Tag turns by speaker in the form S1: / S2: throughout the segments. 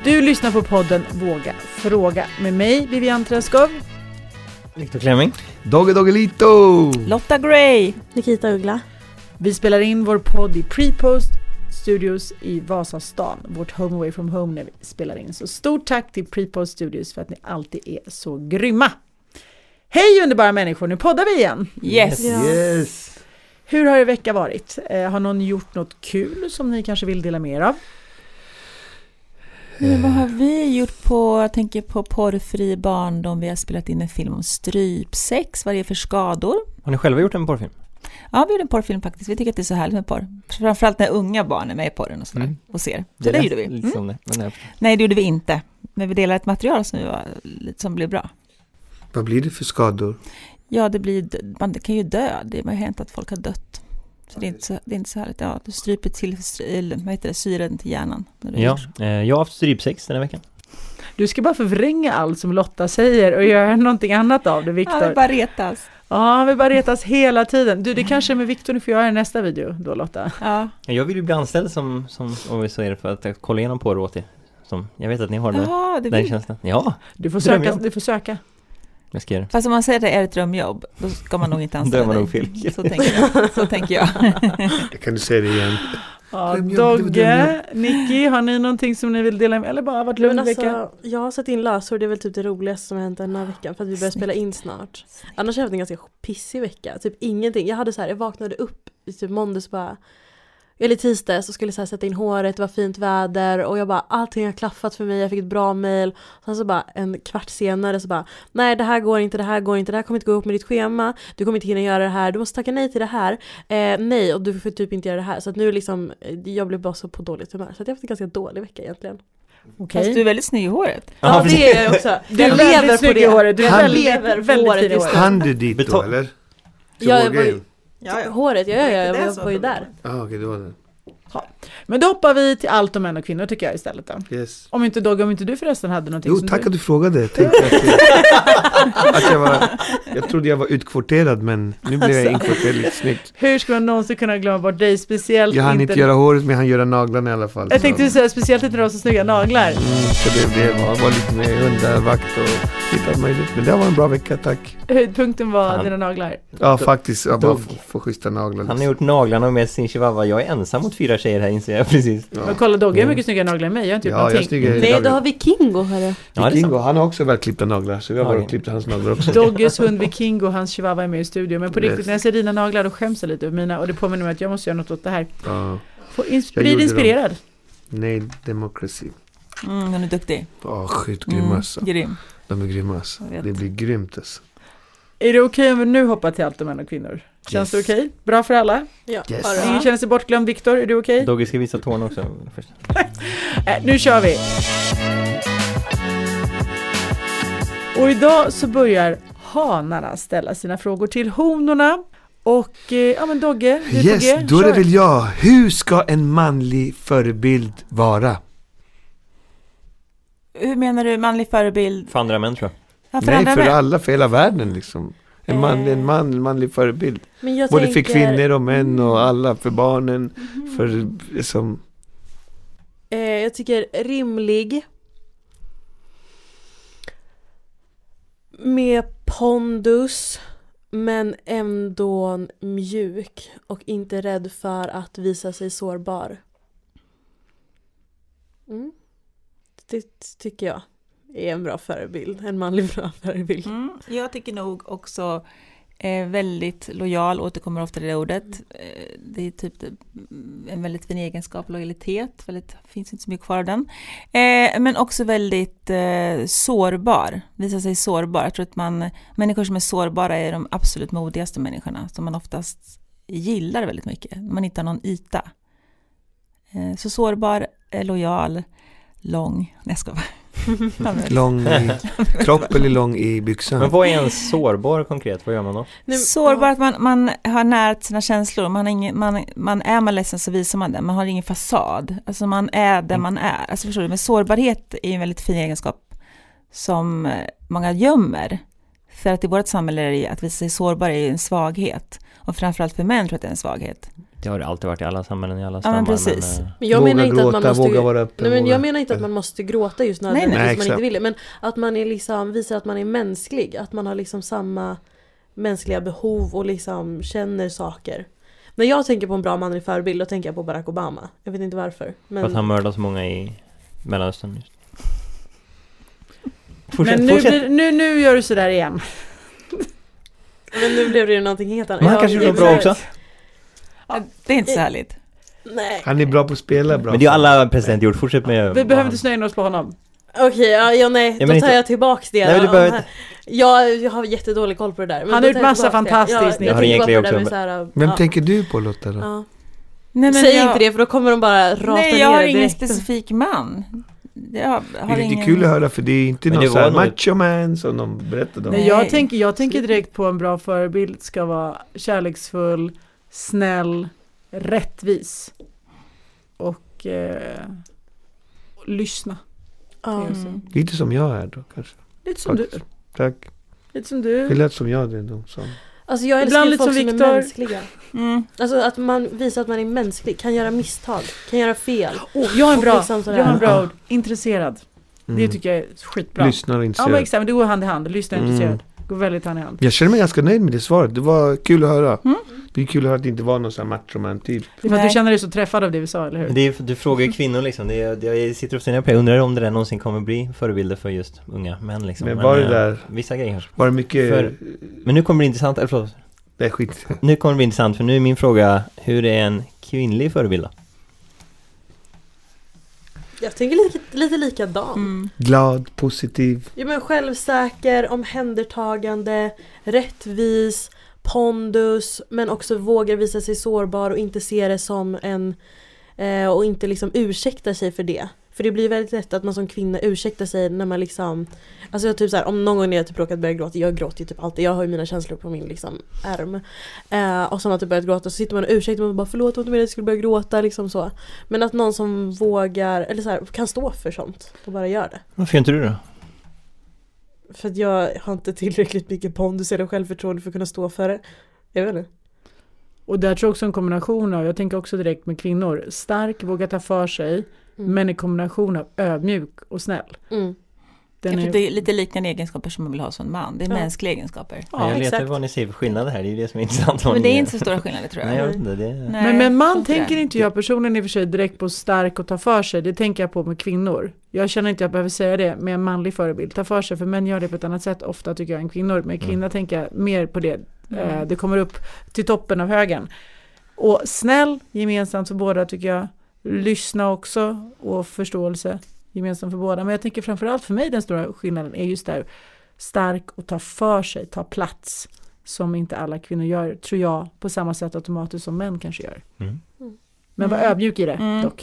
S1: Du lyssnar på podden Våga fråga med mig, Vivian Träskov,
S2: Victor Klemming,
S3: Doggelito,
S4: Lotta Gray,
S5: Nikita Uggla.
S1: Vi spelar in vår podd i Prepost Studios i Vasastan, vårt home away from home när vi spelar in. Så stort tack till Prepost Studios för att ni alltid är så grymma. Hej underbara människor, nu poddar vi igen.
S4: Yes.
S3: Yes.
S1: Hur har er vecka varit? Har någon gjort något kul som ni kanske vill dela med er av?
S4: Vad har vi gjort på, jag tänker på Porrfri barndom. Vi har spelat in en film om strypsex, vad det är för skador.
S2: Har ni själva gjort en porrfilm?
S4: Ja, vi gjorde en porrfilm faktiskt. Vi tycker att det är så härligt med porr. Framförallt när unga barn är med i porren och sådär, och ser. Så det gjorde vi. Nej, det gjorde vi inte. Men vi delade ett material som blev bra.
S3: Vad blir det för skador?
S4: Ja, man kan ju dö. Det har hänt att folk har dött. Så det är inte så härligt. Ja, du stryper till syren till hjärnan.
S2: Ja, jag har haft strypsex den här veckan.
S1: Du ska bara förvränga allt som Lotta säger och göra någonting annat av det, Victor.
S4: Ja, bara retas.
S1: Ja, vi bara retas hela tiden. Du, det kanske med Victor ni får göra i nästa video då, Lotta.
S4: Ja.
S2: Jag vill ju bli anställd som om vi så är det för att kolla igenom porr åt er. Jag vet att ni har den känslan. Ja,
S1: du får söka.
S2: Jag ska göra det.
S4: Fast om man säger att det är ett drömjobb, då ska man nog inte anställa
S2: dig. Då är man nog fel.
S4: Så tänker jag.
S3: Jag kan du säga det igen.
S1: Ja, Dogge, Nicky, har ni någonting som ni vill dela med? Eller bara varit lugn vecka?
S5: Jag har satt in lösor, det är väl typ det roligaste som har hänt den här veckan. För att vi börjar spela in snart. Annars har jag haft en ganska pissig vecka. Typ ingenting. Jag vaknade upp i typ måndags bara... Eller tisdag så skulle jag sätta in håret, det var fint väder och jag bara, allting har klaffat för mig, jag fick ett bra mejl. Sen så bara en kvart senare så bara, nej det här går inte, det här kommer inte gå upp med ditt schema, du kommer inte hinna göra det här, du måste tacka nej till det här, nej och du får typ inte göra det här. Så att nu liksom, jag blev bara så på dåligt humör, så att jag har haft en ganska dålig vecka egentligen.
S1: Okay.
S4: Fast du är väldigt snygg i håret.
S5: Ja, det är jag också.
S1: Du är väldigt snygg i håret, du är väldigt fin i håret.
S3: Han du dit då, eller?
S5: Ja, håret, jag var ju där.
S3: Okej, det var det.
S1: Ja. Men då hoppar vi till allt om män och kvinnor tycker jag istället då.
S3: Yes.
S1: Om inte du förresten hade någonting.
S3: Jo, tack att du frågade. Jag trodde jag var utkvoterad, men nu blev jag inkvoterad lite snyggt.
S1: Hur ska man någonsin kunna glömma bort dig? Speciellt
S3: jag hann inte göra håret, men han gör naglarna i alla fall.
S1: Jag tänkte säga speciellt inte de så snygga naglar.
S3: Så det var lite med hundarvakt och lite möjligt. Men det var en bra vecka, tack.
S1: Höjdpunkten var dina naglar.
S3: Ja, faktiskt. Jag bara får schyssta naglar.
S2: Han har gjort naglarna med sin chihuahua. Jag är ensam mot 4 tjejer här, inser jag precis.
S1: Ja. Men kolla, Dogge är mycket snyggare naglar än mig. Jag har inte gjort någonting.
S5: Nej, då har Vikingo, hörru.
S3: Vikingo, han har också väl klippta naglar. Så vi har bara klippt hans naglar också.
S1: Dogges hund Vikingo, hans chihuahua är med i studion. Men på riktigt, när jag ser dina naglar då skäms jag lite över mina. Och det påminner mig att jag måste göra något åt det här. Bli inspirerad.
S3: Nej, democracy.
S4: Den är duktig.
S3: Skitgrymma.
S4: Grym.
S3: De är grymma. Det blir grymt alltså.
S1: Är det okej om vi nu hoppar till allt om män och kvinnor? Känns det okej? Bra för alla?
S5: Ja.
S3: Yes.
S1: Ingen känner sig bortglömd, Victor? Är du okej?
S2: Dogge ska visa tårna också först.
S1: Nu kör vi! Och idag så börjar hanarna ställa sina frågor till honorna. Och, men Dogge, du
S3: yes,
S1: är på G.
S3: Då är det väl jag. Hur ska en manlig förebild vara?
S4: Hur menar du manlig förebild?
S2: För andra män, tror jag.
S4: Ja,
S3: för alla, för hela världen liksom. En manlig förebild. Både för kvinnor och män och alla, för barnen. För liksom...
S5: Jag tycker rimlig. Med pondus. Men ändå mjuk. Och inte rädd för att visa sig sårbar. Det tycker jag är en bra förebild. En manlig bra förebild.
S4: Jag tycker nog också väldigt lojal, återkommer ofta det ordet. Det är typ en väldigt fin egenskap, lojalitet. Finns inte så mycket kvar av den. Men också väldigt sårbar. Visar sig sårbar. Jag tror att människor som är sårbara är de absolut modigaste människorna. Som man oftast gillar väldigt mycket. Man inte har någon yta. Så sårbar, lojal, lång. Nej, jag ska
S3: lång i kropp eller lång i byxan.
S2: Men vad är en sårbar konkret? Vad gör man då?
S4: Sårbar att man har nära sina känslor. Man är ledsen så visar man det. Man har ingen fasad. Alltså man är där man är. Alltså förstår du? Men sårbarhet är en väldigt fin egenskap som många gömmer. För att i vårt samhälle är det att visa sig sårbar är en svaghet. Och framförallt för män tror jag att det är en svaghet.
S2: det har det alltid varit i alla samhällen, i alla
S4: Ja, men
S2: stammar.
S4: precis.
S5: Men jag menar inte att man måste
S3: våga vara öppen.
S5: Nej, men jag menar inte att man måste gråta just när
S4: Nej,
S5: man inte vill det, men att man är liksom, visar att man är mänsklig, att man har liksom samma mänskliga behov och liksom känner saker. När jag tänker på en bra manlig förebild, då tänker jag på Barack Obama. Jag vet inte varför. Men...
S2: För att han mördade så många i Mellanöstern just.
S1: Men nu gör du sådär igen.
S5: Men nu blev det ju någonting helt annat.
S2: Men han kanske är bra också.
S4: Ja, det är inte så härligt.
S5: Nej.
S3: Han är bra på att spela bra.
S2: Men det är ju alla president gjort. Fortsätt med...
S1: Vi behöver inte snöa in oss på honom.
S5: Okej, nej. Då tar jag tillbaks det.
S2: Nej, men du behöver inte.
S5: Jag har jättedålig koll på det där. Men
S1: han har gjort massa fantastiskt.
S2: Jag har egentligen också.
S3: Vem tänker du på, Lotta, då?
S5: Ja.
S4: Nej, men
S5: säg inte det, för då kommer de bara rata ner.
S4: Nej, jag har ingen specifik man.
S3: Det är lite kul att höra, för det är inte någon så här macho man som de berättade om.
S1: Nej, jag tänker direkt på en bra förebild ska vara kärleksfull, snäll, rättvis och lyssna.
S3: Lite som jag är då, kanske.
S1: Lite som du.
S3: Tack.
S1: Lite som du.
S3: Det lät som jag det då.
S5: Alltså jag älskar folk som är mänskliga. Alltså att man visar att man är mänsklig, kan göra misstag, kan göra fel.
S1: Jag har en bra,
S5: liksom
S1: jag har en bra ord. Intresserad. Det tycker jag är skitbra.
S3: Lyssnar och intresserad.
S1: Ja, men exakt, men det går hand i hand. Lyssnar och intresserad. Går väldigt hand i hand.
S3: Jag känner mig ganska nöjd med det svaret. Det var kul att höra. Det är kul att höra att det inte var någon sån här machoman typ.
S1: Det är för att du känner dig så träffad av det vi sa, eller hur?
S2: Du frågar ju kvinnor liksom. Jag sitter och funderar på. Jag undrar om det där någonsin kommer bli förebilder för just unga män liksom.
S3: Men var det där...
S2: Vissa grejer.
S3: Var det mycket...
S2: Men nu kommer det intressant. Eller förlåt.
S3: Det är skit.
S2: Nu kommer det bli intressant, för nu är min fråga: hur är en kvinnlig förebild då?
S5: Jag tänker lite likadan.
S3: Glad, positiv.
S5: Ja, men självsäker, omhändertagande, rättvis, pondus, men också vågar visa sig sårbar och inte se det som en och inte liksom ursäkta sig för det. För det blir väldigt lätt att man som kvinna ursäktar sig när man liksom, alltså jag typ så här, om någon gång när jag typ råkat börja gråta, jag gråter ju typ alltid, jag har ju mina känslor på min liksom ärm. Och så har man typ börjat gråta, så sitter man och ursäktar, man bara förlåt, inte med att jag skulle börja gråta liksom så. Men att någon som vågar, eller så här, kan stå för sånt och bara gör det.
S2: Varför gör inte du det?
S5: För att jag har inte tillräckligt mycket pondus eller självförtroende för att kunna stå för det. Jag vet inte.
S1: Och där tror jag också en kombination av, jag tänker också direkt med kvinnor, stark, våga ta för sig, men en kombination av ödmjuk och snäll.
S4: Det är lite liknande egenskaper som man vill ha som en man. Det är mänskliga egenskaper.
S2: Ja, jag letar vad ni ser för skillnader här. Det är ju det som är intressant.
S4: Men det är inte så stora skillnader, tror jag.
S2: Nej, jag vet inte. Det...
S1: Men man tänker inte jag personligen i och för sig direkt på stark och ta för sig. Det tänker jag på med kvinnor. Jag känner inte att jag behöver säga det med en manlig förebild. Ta för sig, för män gör det på ett annat sätt ofta tycker jag än kvinnor. Med kvinnor tänker jag mer på det. Det kommer upp till toppen av högen. Och snäll, gemensamt för båda tycker jag. Lyssna också och förståelse gemensamt för båda. Men jag tänker framförallt för mig den stora skillnaden är just där stark och ta för sig, ta plats som inte alla kvinnor gör, tror jag, på samma sätt automatiskt som män kanske gör. Men var ödmjuk i det dock.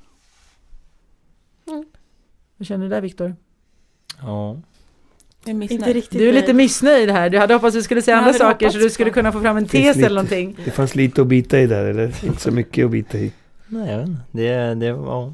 S1: Vad känner du där, Viktor?
S2: Ja.
S5: Inte riktigt.
S1: Du är lite missnöjd här. Du hade hoppats att du skulle säga andra saker så du skulle kunna få fram en tes eller någonting.
S3: Det fanns lite att bita i där, eller? Inte så mycket att bita i.
S2: Nej, jag vet inte. Det var...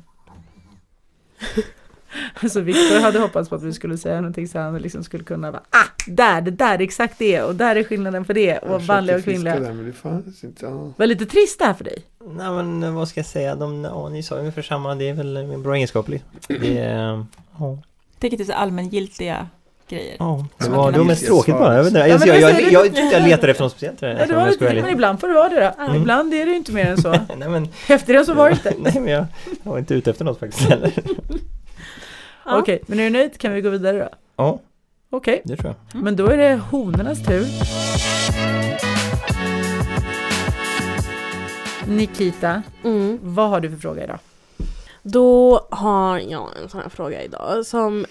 S1: Alltså Viktor hade hoppats på att vi skulle säga någonting så han liksom skulle kunna vara det där är exakt det och där är skillnaden för det och vanliga och kvinnliga.
S3: Men det fanns inte,
S1: Var lite trist det här för dig?
S2: Nej, men vad ska jag säga? Ni sa ju ungefär samma, det är väl en bra egenskap. Det är...
S4: Tänker till så allmängiltiga grejer.
S2: Ja, det var mest tråkigt bara. Jag vet inte. Jag tyckte jag letade efter något speciellt.
S1: Men ibland får det vara det då. Ibland är det ju inte mer än så.
S2: Nej, men,
S1: efter det så var det inte.
S2: Nej, men jag var inte ute efter något faktiskt heller.
S1: Okej, men är du nöjd? Kan vi gå vidare då?
S2: Ja.
S1: Okej.
S2: Det tror jag.
S1: Men då är det honornas tur. Nikita, vad har du för fråga idag?
S5: Då har jag en sån här fråga idag som...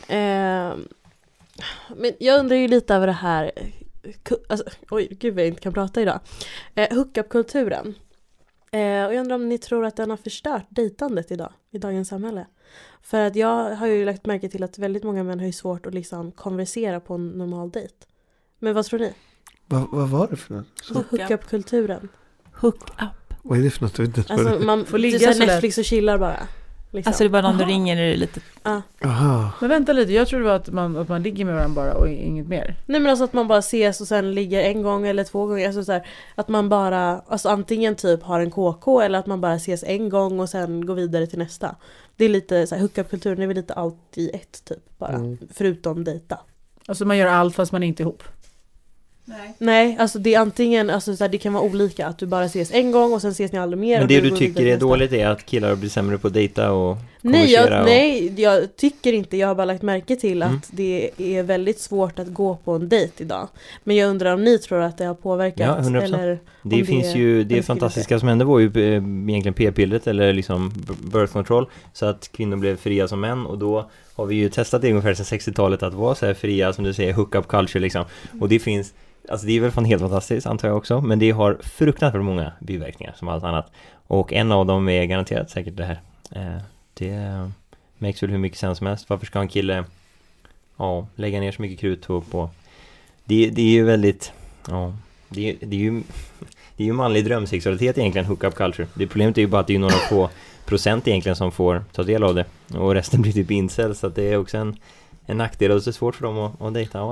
S5: men jag undrar ju lite över det här... Alltså, oj, gud vad jag inte kan prata idag. Hookup-kulturen. Och jag undrar om ni tror att den har förstört dejtandet idag, i dagens samhälle. För att jag har ju lagt märke till att väldigt många män har ju svårt att liksom konversera på en normal dejt. Men vad tror ni?
S3: Vad var det för något?
S5: Hookup-kulturen.
S4: Hook-up.
S3: Vad är det för något?
S5: Alltså man får ligga så Netflix och chillar bara. Liksom.
S4: Alltså det är bara någon du ringer när det är lite...
S1: Men vänta lite, jag tror det var att man ligger med varandra bara och inget mer.
S5: Nej, men alltså att man bara ses och sen ligger en gång eller 2 gånger. Alltså så här, att man bara, alltså antingen typ har en KK eller att man bara ses en gång och sen går vidare till nästa. Det är lite så här, hookup-kulturen är väl lite allt i ett typ bara. Förutom dejta.
S1: Alltså man gör allt fast man är inte ihop.
S5: Nej, alltså det är antingen, alltså så här, det kan vara olika att du bara ses en gång och sen ses ni aldrig mer.
S2: Men det du tycker är dåligt är att killar blir sämre på att dejta och
S5: Nej, jag tycker inte. Jag har bara lagt märke till att det är väldigt svårt att gå på en dejt idag. Men jag undrar om ni tror att det har påverkat.
S2: Ja, 100%.
S5: Eller
S2: det finns ju, det fantastiska som hände var ju egentligen p-pillret eller liksom birth control, så att kvinnor blev fria som män, och då har vi ju testat det ungefär sedan 60-talet att vara så här fria, som du säger, hook-up culture liksom. Och det finns, alltså det är väl fan helt fantastiskt antar jag också, men det har fruktansvärt många biverkningar som allt annat. Och en av dem är garanterat säkert det här. Det märks väl hur mycket sen som helst. Varför ska en kille lägga ner så mycket krut på det är ju väldigt det är ju manlig drömsexualitet egentligen, hook-up culture. Det problemet är ju bara att det är några få procent egentligen som får ta del av det, och resten blir typ incel, så att det är också en nackdel, och det är svårt för dem att dejta.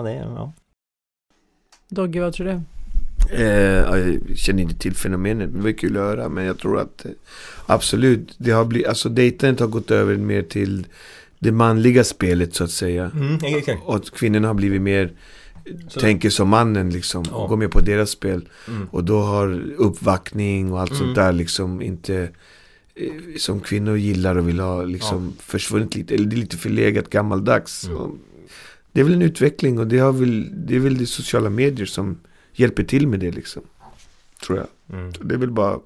S1: Dogge, vad tror du?
S3: Jag känner inte till fenomenet, men det är kul att höra. Men jag tror att absolut, det har blivit, alltså dejtandet har gått över mer till det manliga spelet så att säga. Och kvinnorna har blivit mer tänker som mannen liksom, och går med på deras spel. Och då har uppvaktning och allt sånt där liksom inte som kvinnor gillar och vill ha liksom försvunnit lite, eller det är lite förlegat gammaldags. Det är väl en utveckling, och det är väl de sociala medier som hjälper till med det liksom, tror jag. Det är väl bara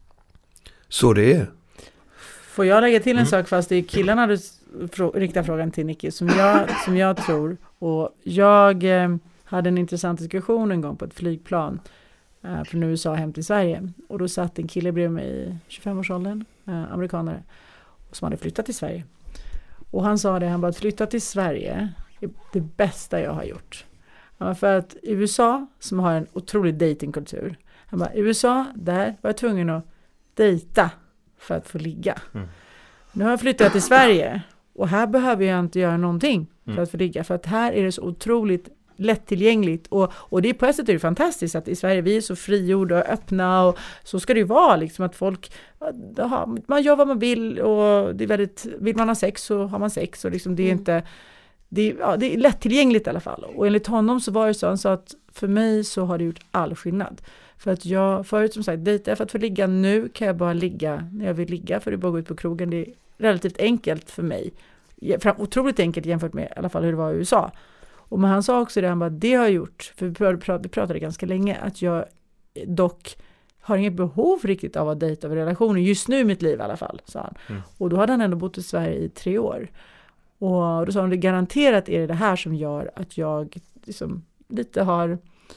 S3: så det är.
S1: Får jag lägga till en sak, fast det är killarna du riktar frågan till, Nicky, som jag tror. Och jag hade en intressant diskussion en gång på ett flygplan från USA hem till Sverige. Och då satt en kille bredvid mig i 25-årsåldern, amerikanare, som hade flyttat till Sverige. Och han sa det, han bara, att flytta till Sverige är det bästa jag har gjort. För att i USA, som har en otrolig datingkultur, han bara, i USA, där var jag tvungen att dejta för att få ligga. Nu har jag flyttat till Sverige, och här behöver jag inte göra någonting för att få ligga, för att här är det så otroligt lättillgängligt, och det är på ett sätt är det fantastiskt att i Sverige vi är så frigjorda och öppna, och så ska det ju vara liksom, att folk man gör vad man vill, och det är väldigt, vill man ha sex så har man sex, och liksom det är inte det är lättillgängligt i alla fall. Och enligt honom så var det så, han sa att för mig så har det gjort all skillnad. För att jag förut som sagt dejtade för att få ligga, nu kan jag bara ligga när jag vill ligga, för det är bara att gå ut på krogen. Det är relativt enkelt för mig. Otroligt enkelt jämfört med i alla fall hur det var i USA. Och men han sa också det, han bara, det har gjort, för vi pratade ganska länge, att jag dock har inget behov riktigt av att dejta över relationer just nu i mitt liv i alla fall, sa han. Och då hade han ändå bott i Sverige i 3 år. Och då sa han, det garanterat är det här som gör att jag liksom lite har,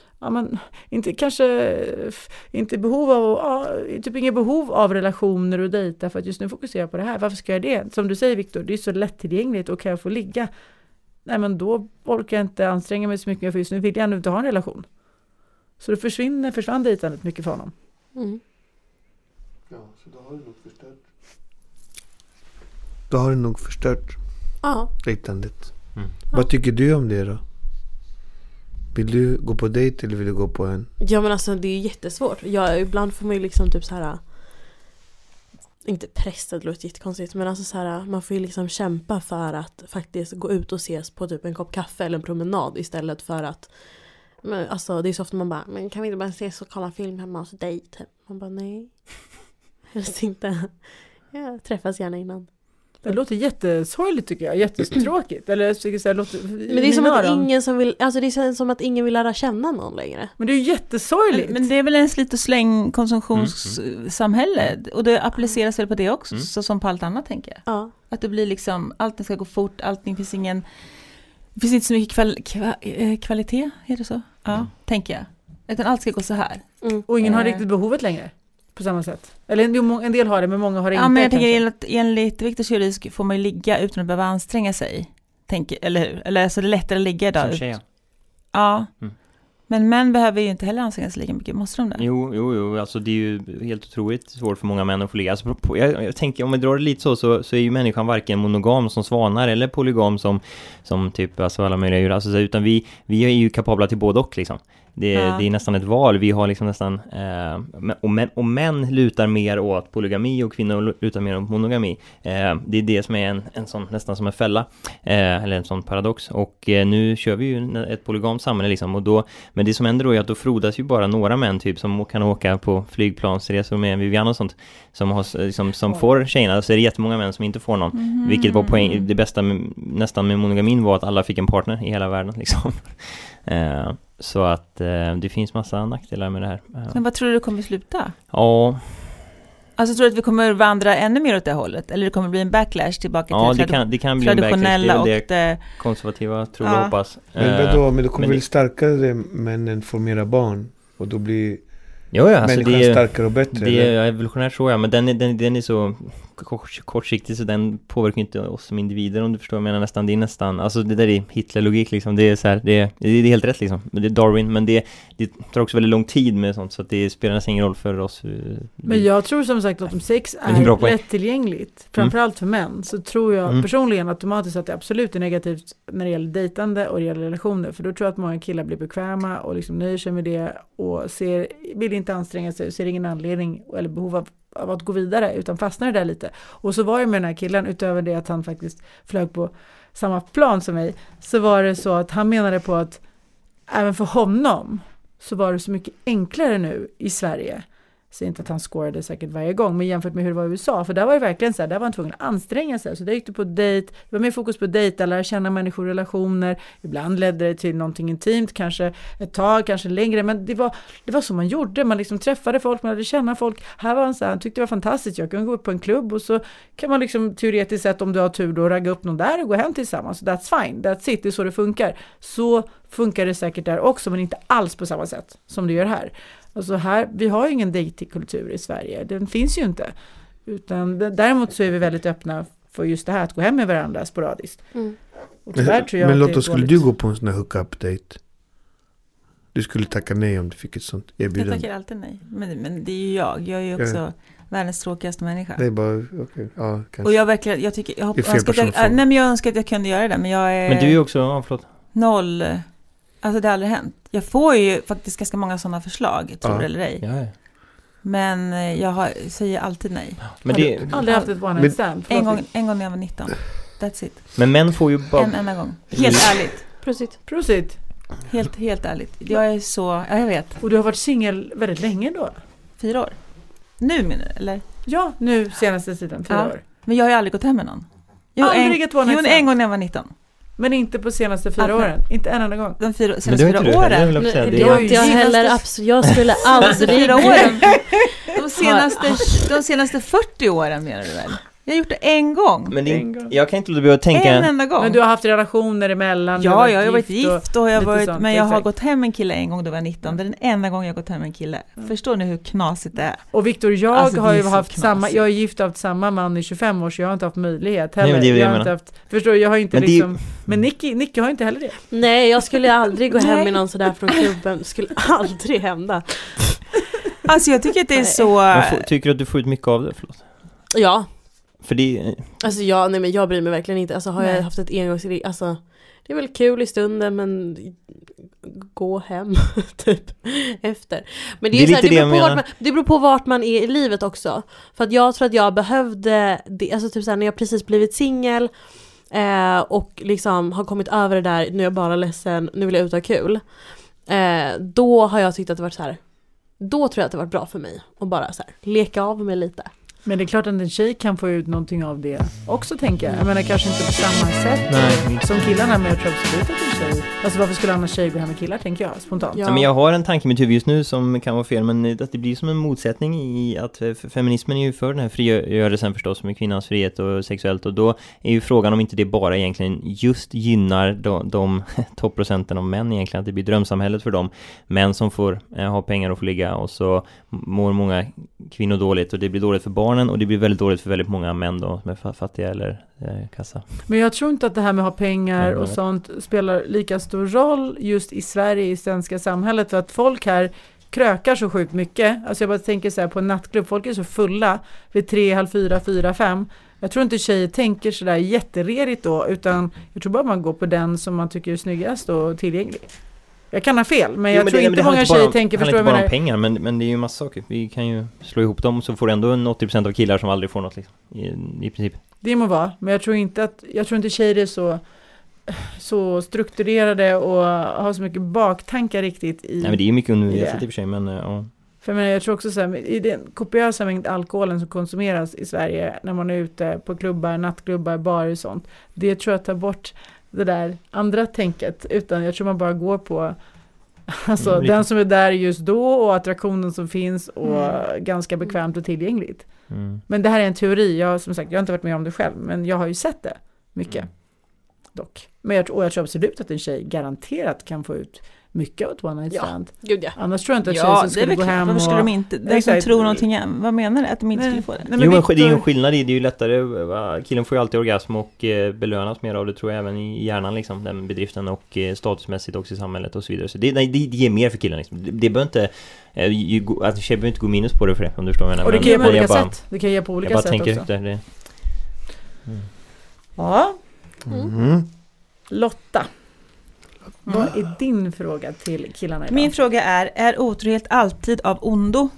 S1: inte behov av, typ inget behov av relationer och dejta, för att just nu fokuserar på det här. Varför ska jag det? Som du säger, Viktor, det är så lättillgängligt, och kan jag få ligga? Nej, men då orkar jag inte anstränga mig så mycket, för just nu vill jag ändå inte ha en relation. Så det försvann dejtandet mycket för honom.
S3: Ja, så då har du nog förstört. Då har du nog förstört dejtandet. Vad tycker du om det då? Vill du gå på dejt eller vill du gå på en?
S5: Ja, men alltså det är jättesvårt. Ibland får man ju liksom typ så här, inte pressad, det låter jättekonstigt, men alltså så här, man får ju liksom kämpa för att faktiskt gå ut och ses på typ en kopp kaffe eller en promenad, istället för att, men alltså det är så ofta man bara, men kan vi inte bara ses och kolla film hemma hos dig typ? Man bara, nej. Helst inte. Jag träffas gärna innan.
S1: Det låter jättesorgligt tycker jag, jättetråkigt. Eller så låter,
S5: men det är som att ingen som vill, alltså det är som att ingen vill lära känna någon längre.
S1: Men det är ju jättesorgligt.
S4: Men det är väl en slit och släng konsumtionssamhälle, och det appliceras väl på det också, så som på allt annat tänker jag.
S5: Ja.
S4: Att det blir liksom, allting ska gå fort, allting finns inte så mycket kvalitet, är det så? Ja, tänker jag. Utan allt ska gå så här.
S1: Och ingen har riktigt behovet längre. På samma sätt. Eller en del har det, men många har det inte.
S4: Ja, men jag tänker enligt Viktors teori får man ju ligga utan att behöva anstränga sig. Eller hur? Eller så är det lättare att ligga idag.
S2: Som tjej.
S4: Ja. Men män behöver ju inte heller anstränga sig lika mycket, måste de det?
S2: Jo, alltså det är ju helt otroligt svårt för många män att få ligga. Alltså, jag tänker, om vi drar det lite så är ju människan varken monogam som svanar eller polygam som typ alltså alla möjliga djur. Alltså, utan vi är ju kapabla till både och liksom. Det är nästan ett val. Vi har liksom nästan och män lutar mer åt polygami och kvinnor lutar mer åt monogami. Det är det som är en sån, nästan som en fälla eller en sån paradox. Och nu kör vi ju ett polygamt samhälle liksom, men det som händer då är att då frodas ju bara några män typ som kan åka på flygplansresor med Vivian och sånt som får tjejerna. Så är det jättemånga män som inte får någon. Vilket var poäng. Det bästa nästan med monogamin var att alla fick en partner i hela världen liksom. Så att det finns massa nackdelar med det här.
S4: Men vad tror du kommer sluta?
S2: Ja.
S4: Alltså tror du att vi kommer vandra ännu mer åt det hållet? Eller det kommer bli en backlash tillbaka till
S2: det kan bli en
S4: traditionella
S2: backlash.
S4: Och det
S2: konservativa tror jag hoppas.
S3: Men då kommer väl starkare männen få mera barn och då blir
S2: alltså
S3: människan starkare och bättre.
S2: Det är evolutionärt så, men den är så kortsiktig så den påverkar inte oss som individer, om du förstår. Jag menar nästan, det är nästan, alltså det där är Hitler-logik liksom, det är så här, det är helt rätt liksom, det är Darwin, men det tar också väldigt lång tid med sånt, så att det spelar nästan ingen roll för oss.
S1: Men jag tror som sagt att om sex är lättillgängligt, framförallt för män, så tror jag personligen automatiskt att det absolut är negativt när det gäller dejtande och det gäller relationer, för då tror jag att många killar blir bekväma och liksom nöjer sig med det och vill inte anstränga sig och ser ingen anledning eller behov av att gå vidare, utan fastnar där lite. Och så var det med den här killen, utöver det att han faktiskt flög på samma plan som mig, så var det så att han menade på att även för honom så var det så mycket enklare nu i Sverige. Så inte att han scorade säkert varje gång, men jämfört med hur det var i USA, för där var det verkligen så här, där var han tvungen att anstränga sig. Så där gick du på dejt, det var mer fokus på dejt, lära känna människor, relationer. Ibland ledde det till någonting intimt, kanske ett tag, kanske längre, men det var så man gjorde. Man liksom träffade folk, man hade känna folk. Här var han så här, han tyckte det var fantastiskt. Jag kan gå upp på en klubb och så kan man liksom teoretiskt sett, om du har tur då, ragga upp någon där och gå hem tillsammans. Så that's fine, that's it, det är så det funkar. Så funkar det säkert där också, men inte alls på samma sätt som det gör här. Alltså här, vi har ju ingen datingkultur i Sverige. Den finns ju inte. Utan däremot så är vi väldigt öppna för just det här att gå hem med varandra sporadiskt. Och tyvärr tror jag
S3: men
S1: att
S3: Lotta, skulle du gå på en sån här hookup-date? Du skulle tacka nej om du fick ett sånt erbjudande.
S4: Jag tackar alltid nej. Men det är ju jag. Jag är ju också världens tråkigaste människa.
S3: Det är bara, okej. Ja, kanske.
S4: Och jag verkligen, jag önskar att jag kunde göra det, men jag är...
S2: Men du är ju också, förlåt.
S4: Noll. Alltså det har aldrig hänt. Jag får ju faktiskt ganska många sådana förslag, tror det eller ej.
S2: Ja.
S4: Men jag säger alltid nej.
S2: Men
S1: det aldrig haft ett one night stand.
S4: En gång när jag var 19. That's it.
S2: Men män får ju bara...
S4: En enda gång. Helt ärligt.
S1: Prosit.
S4: Helt ärligt. Jag är så... Ja, jag vet.
S1: Och du har varit singel väldigt länge då?
S4: 4 år. Nu menar du, eller?
S1: Ja, nu senaste tiden. 4 år.
S4: Men jag har ju aldrig gått hem med någon. En gång när jag var 19.
S1: Men inte på senaste 4 åren. Inte en enda gång.
S4: De senaste 4 åren.
S5: Det var inte jag heller. Absolut. Jag skulle aldrig
S4: 4 åren. De senaste 40 åren menar du väl? Jag har gjort det en gång.
S2: Men jag kan inte låta bli att tänka...
S4: En enda gång.
S1: Men du har haft relationer emellan.
S4: Ja, jag har varit gift och
S1: sånt,
S4: men jag har gått hem med en kille en gång då jag var 19. Det är den enda gången jag har gått hem med en kille. Förstår ni hur knasigt det är?
S1: Och Victor, jag har ju haft samma... Jag är gift av samma man i 25 år, så jag har inte haft möjlighet heller.
S2: Nej, men
S1: jag har inte haft... Förstår du, jag har inte
S2: men
S1: liksom... Men Nicky har inte heller det.
S5: Nej, jag skulle aldrig gå hem med någon sådär från klubben. Det skulle aldrig hända.
S4: Alltså jag tycker att det är så...
S2: Tycker du att du får ut mycket av det? Förlåt.
S5: Ja.
S2: För det...
S5: Alltså men jag bryr mig verkligen inte. Alltså har jag haft ett engångsgrej, alltså det är väl kul i stunden, men gå hem typ efter. Men det är så här, det beror på vart man är i livet också. För att jag tror att jag behövde det, alltså typ så här, när jag precis blivit singel och liksom har kommit över det där, nu är jag bara ledsen, nu vill jag ut och ha kul. Då har jag tyckt att det varit så här. Då tror jag att det varit bra för mig att bara så här leka av mig lite.
S1: Men det är klart att en tjej kan få ut någonting av det också, tänker jag. Jag menar kanske inte på samma sätt som killarna, men jag tror absolut att en tjej... Alltså varför skulle annars tjejer gå hem med killar, tänker jag, spontant.
S2: Ja. Men jag har en tanke i mitt huvud just nu som kan vara fel, men att det blir som en motsättning i att feminismen är ju för den här frigörelsen förstås med kvinnans frihet och sexuellt, och då är ju frågan om inte det bara egentligen just gynnar de topprocenten av män egentligen, att det blir drömsamhället för dem. Män som får ha pengar och få ligga, och så mår många kvinnor dåligt, och det blir dåligt för barn barnen och det blir väldigt dåligt för väldigt många män då som är fattiga eller kassa.
S1: Men jag tror inte att det här med att ha pengar och sånt spelar lika stor roll just i Sverige, i svenska samhället, för att folk här krökar så sjukt mycket. Alltså jag bara tänker så här på en nattklubb, folk är så fulla vid 3, halv 4, 4, 5. Jag tror inte tjejer tänker så där jättererigt då, utan jag tror bara man går på den som man tycker är snyggast och tillgänglig. Jag kan ha fel, men jag tror inte många tjejer tänker, förstår
S2: jag
S1: vad jag
S2: menar. Pengar, men det är ju massa saker. Vi kan ju slå ihop dem så får ändå 80% av killar som aldrig får något liksom, i princip.
S1: Det må vara, men jag tror inte tjejer är så strukturerade och har så mycket baktankar riktigt i. Nej,
S2: men det är ju mycket universellt i och för sig, men ja.
S1: För jag tror också så här, i den kopiösa mängd alkoholen som konsumeras i Sverige när man är ute på klubbar, nattklubbar, barer och sånt. Det tror jag tar bort det där andra tänket, utan jag tror man bara går på alltså den som är där just då och attraktionen som finns och ganska bekvämt och tillgängligt. Men det här är en teori, jag har inte varit med om det själv, men jag har ju sett det mycket dock. Men jag tror absolut att en tjej garanterat kan få ut mycket av ett one night stand.
S5: Ja.
S1: Annars tror jag inte att tjejer som skulle gå hem.
S4: Varför skulle de inte? Den som tror någonting, vad menar du? Att de inte skulle få det?
S2: Nej, men det är ju en skillnad i, det är ju lättare. Killen får ju alltid orgasm och belönas mer av det, tror jag, även i hjärnan liksom, den bedriften, och statusmässigt också i samhället och så vidare. Så det ger mer för killen liksom. Det behöver inte att tjejer behöver inte gå minus på det för det, om du förstår vad jag menar.
S1: Och det kan ge på olika sätt. Det kan ge på olika sätt också.
S2: Jag bara tänker
S1: Ja. Lotta. Vad är din fråga till killarna idag?
S4: Min fråga är otrohet alltid av ondo?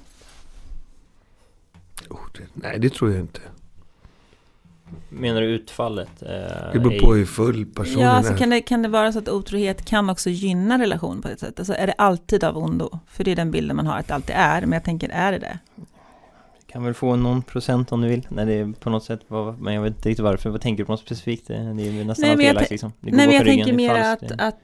S3: Nej, det tror jag inte.
S2: Menar du utfallet?
S3: Det beror på hur full personen är.
S4: Ja, så kan det vara så att otrohet kan också gynna relation på ett sätt? Alltså är det alltid av ondo? För det är den bilden man har att det alltid är. Men jag tänker, är det?
S2: Kan väl få någon procent om du vill. När det är på något sätt, men jag vet inte riktigt varför. Vad tänker du på något specifikt? Det är nästan allt elakt liksom.
S4: Nej, men jag tänker mer att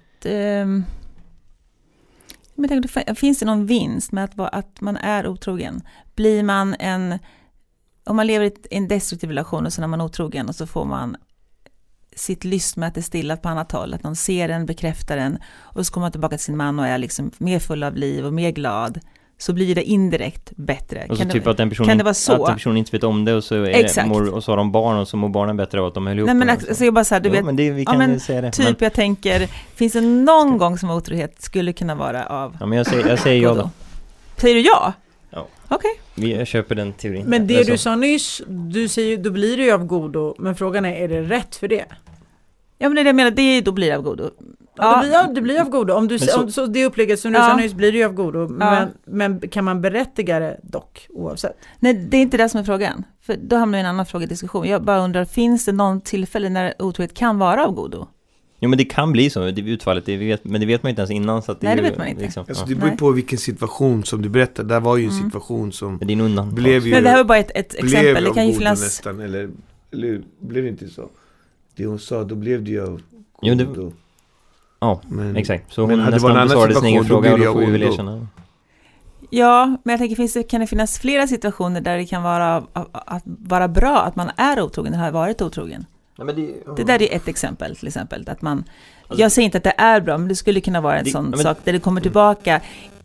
S4: men jag tänker, finns det någon vinst med att man är otrogen? Blir man om man lever i en destruktiv relation och så är man otrogen och så får man sitt lystmäte stillat på annat håll, att någon ser den, bekräftar den, och så kommer man tillbaka till sin man och är liksom mer full av liv och mer glad, så blir det indirekt bättre.
S2: Och så typ att den personen inte vet om det, och så är och så har de barn och så mår barnen bättre av att de höll ihop.
S4: Nej, men alltså jag bara så här, du vet,
S2: men vi kan säga det.
S4: Typ, jag tänker, finns det någon gång som otrohet skulle kunna vara av?
S2: Ja, men jag säger ja då.
S4: Säger du ja?
S2: Ja.
S4: Okej.
S2: Jag köper den teorin.
S1: Men det du sa nyss, du säger då blir det ju av godo, men frågan är det rätt för det?
S4: Ja, men det jag menar, då blir det av godo.
S1: Ja, det blir av godo. Om så det upplägget som du sa nyss blir det ju av godo. Men kan man berättiga det dock oavsett?
S4: Nej, det är inte det som är frågan. För då hamnar vi i en annan frågediskussion. Jag bara undrar, finns det någon tillfälle när otrohet kan vara av godo?
S2: Jo, men det kan bli så, det utfallet, men det vet man inte ens innan. Så att
S4: det vet man inte.
S2: Liksom,
S3: alltså, det beror på vilken situation som du berättar. Där var ju en situation som
S2: det är en
S3: blev ju...
S4: Men det här var bara ett exempel. Det kan ju finnas...
S3: nästan, eller blev det inte så? Det hon sa, då blev det ju av godo.
S2: Ja, exakt. Så
S3: hon
S2: nästan besvarade sin egen fråga, och då får vi väl erkänna.
S4: Ja, men jag tänker, kan det finnas flera situationer där det kan vara bra att man är otrogen eller har varit otrogen?
S2: Ja, men
S4: det där är ett exempel, till exempel. Att man, jag säger inte att det är bra, men det skulle kunna vara en sån sak där det kommer tillbaka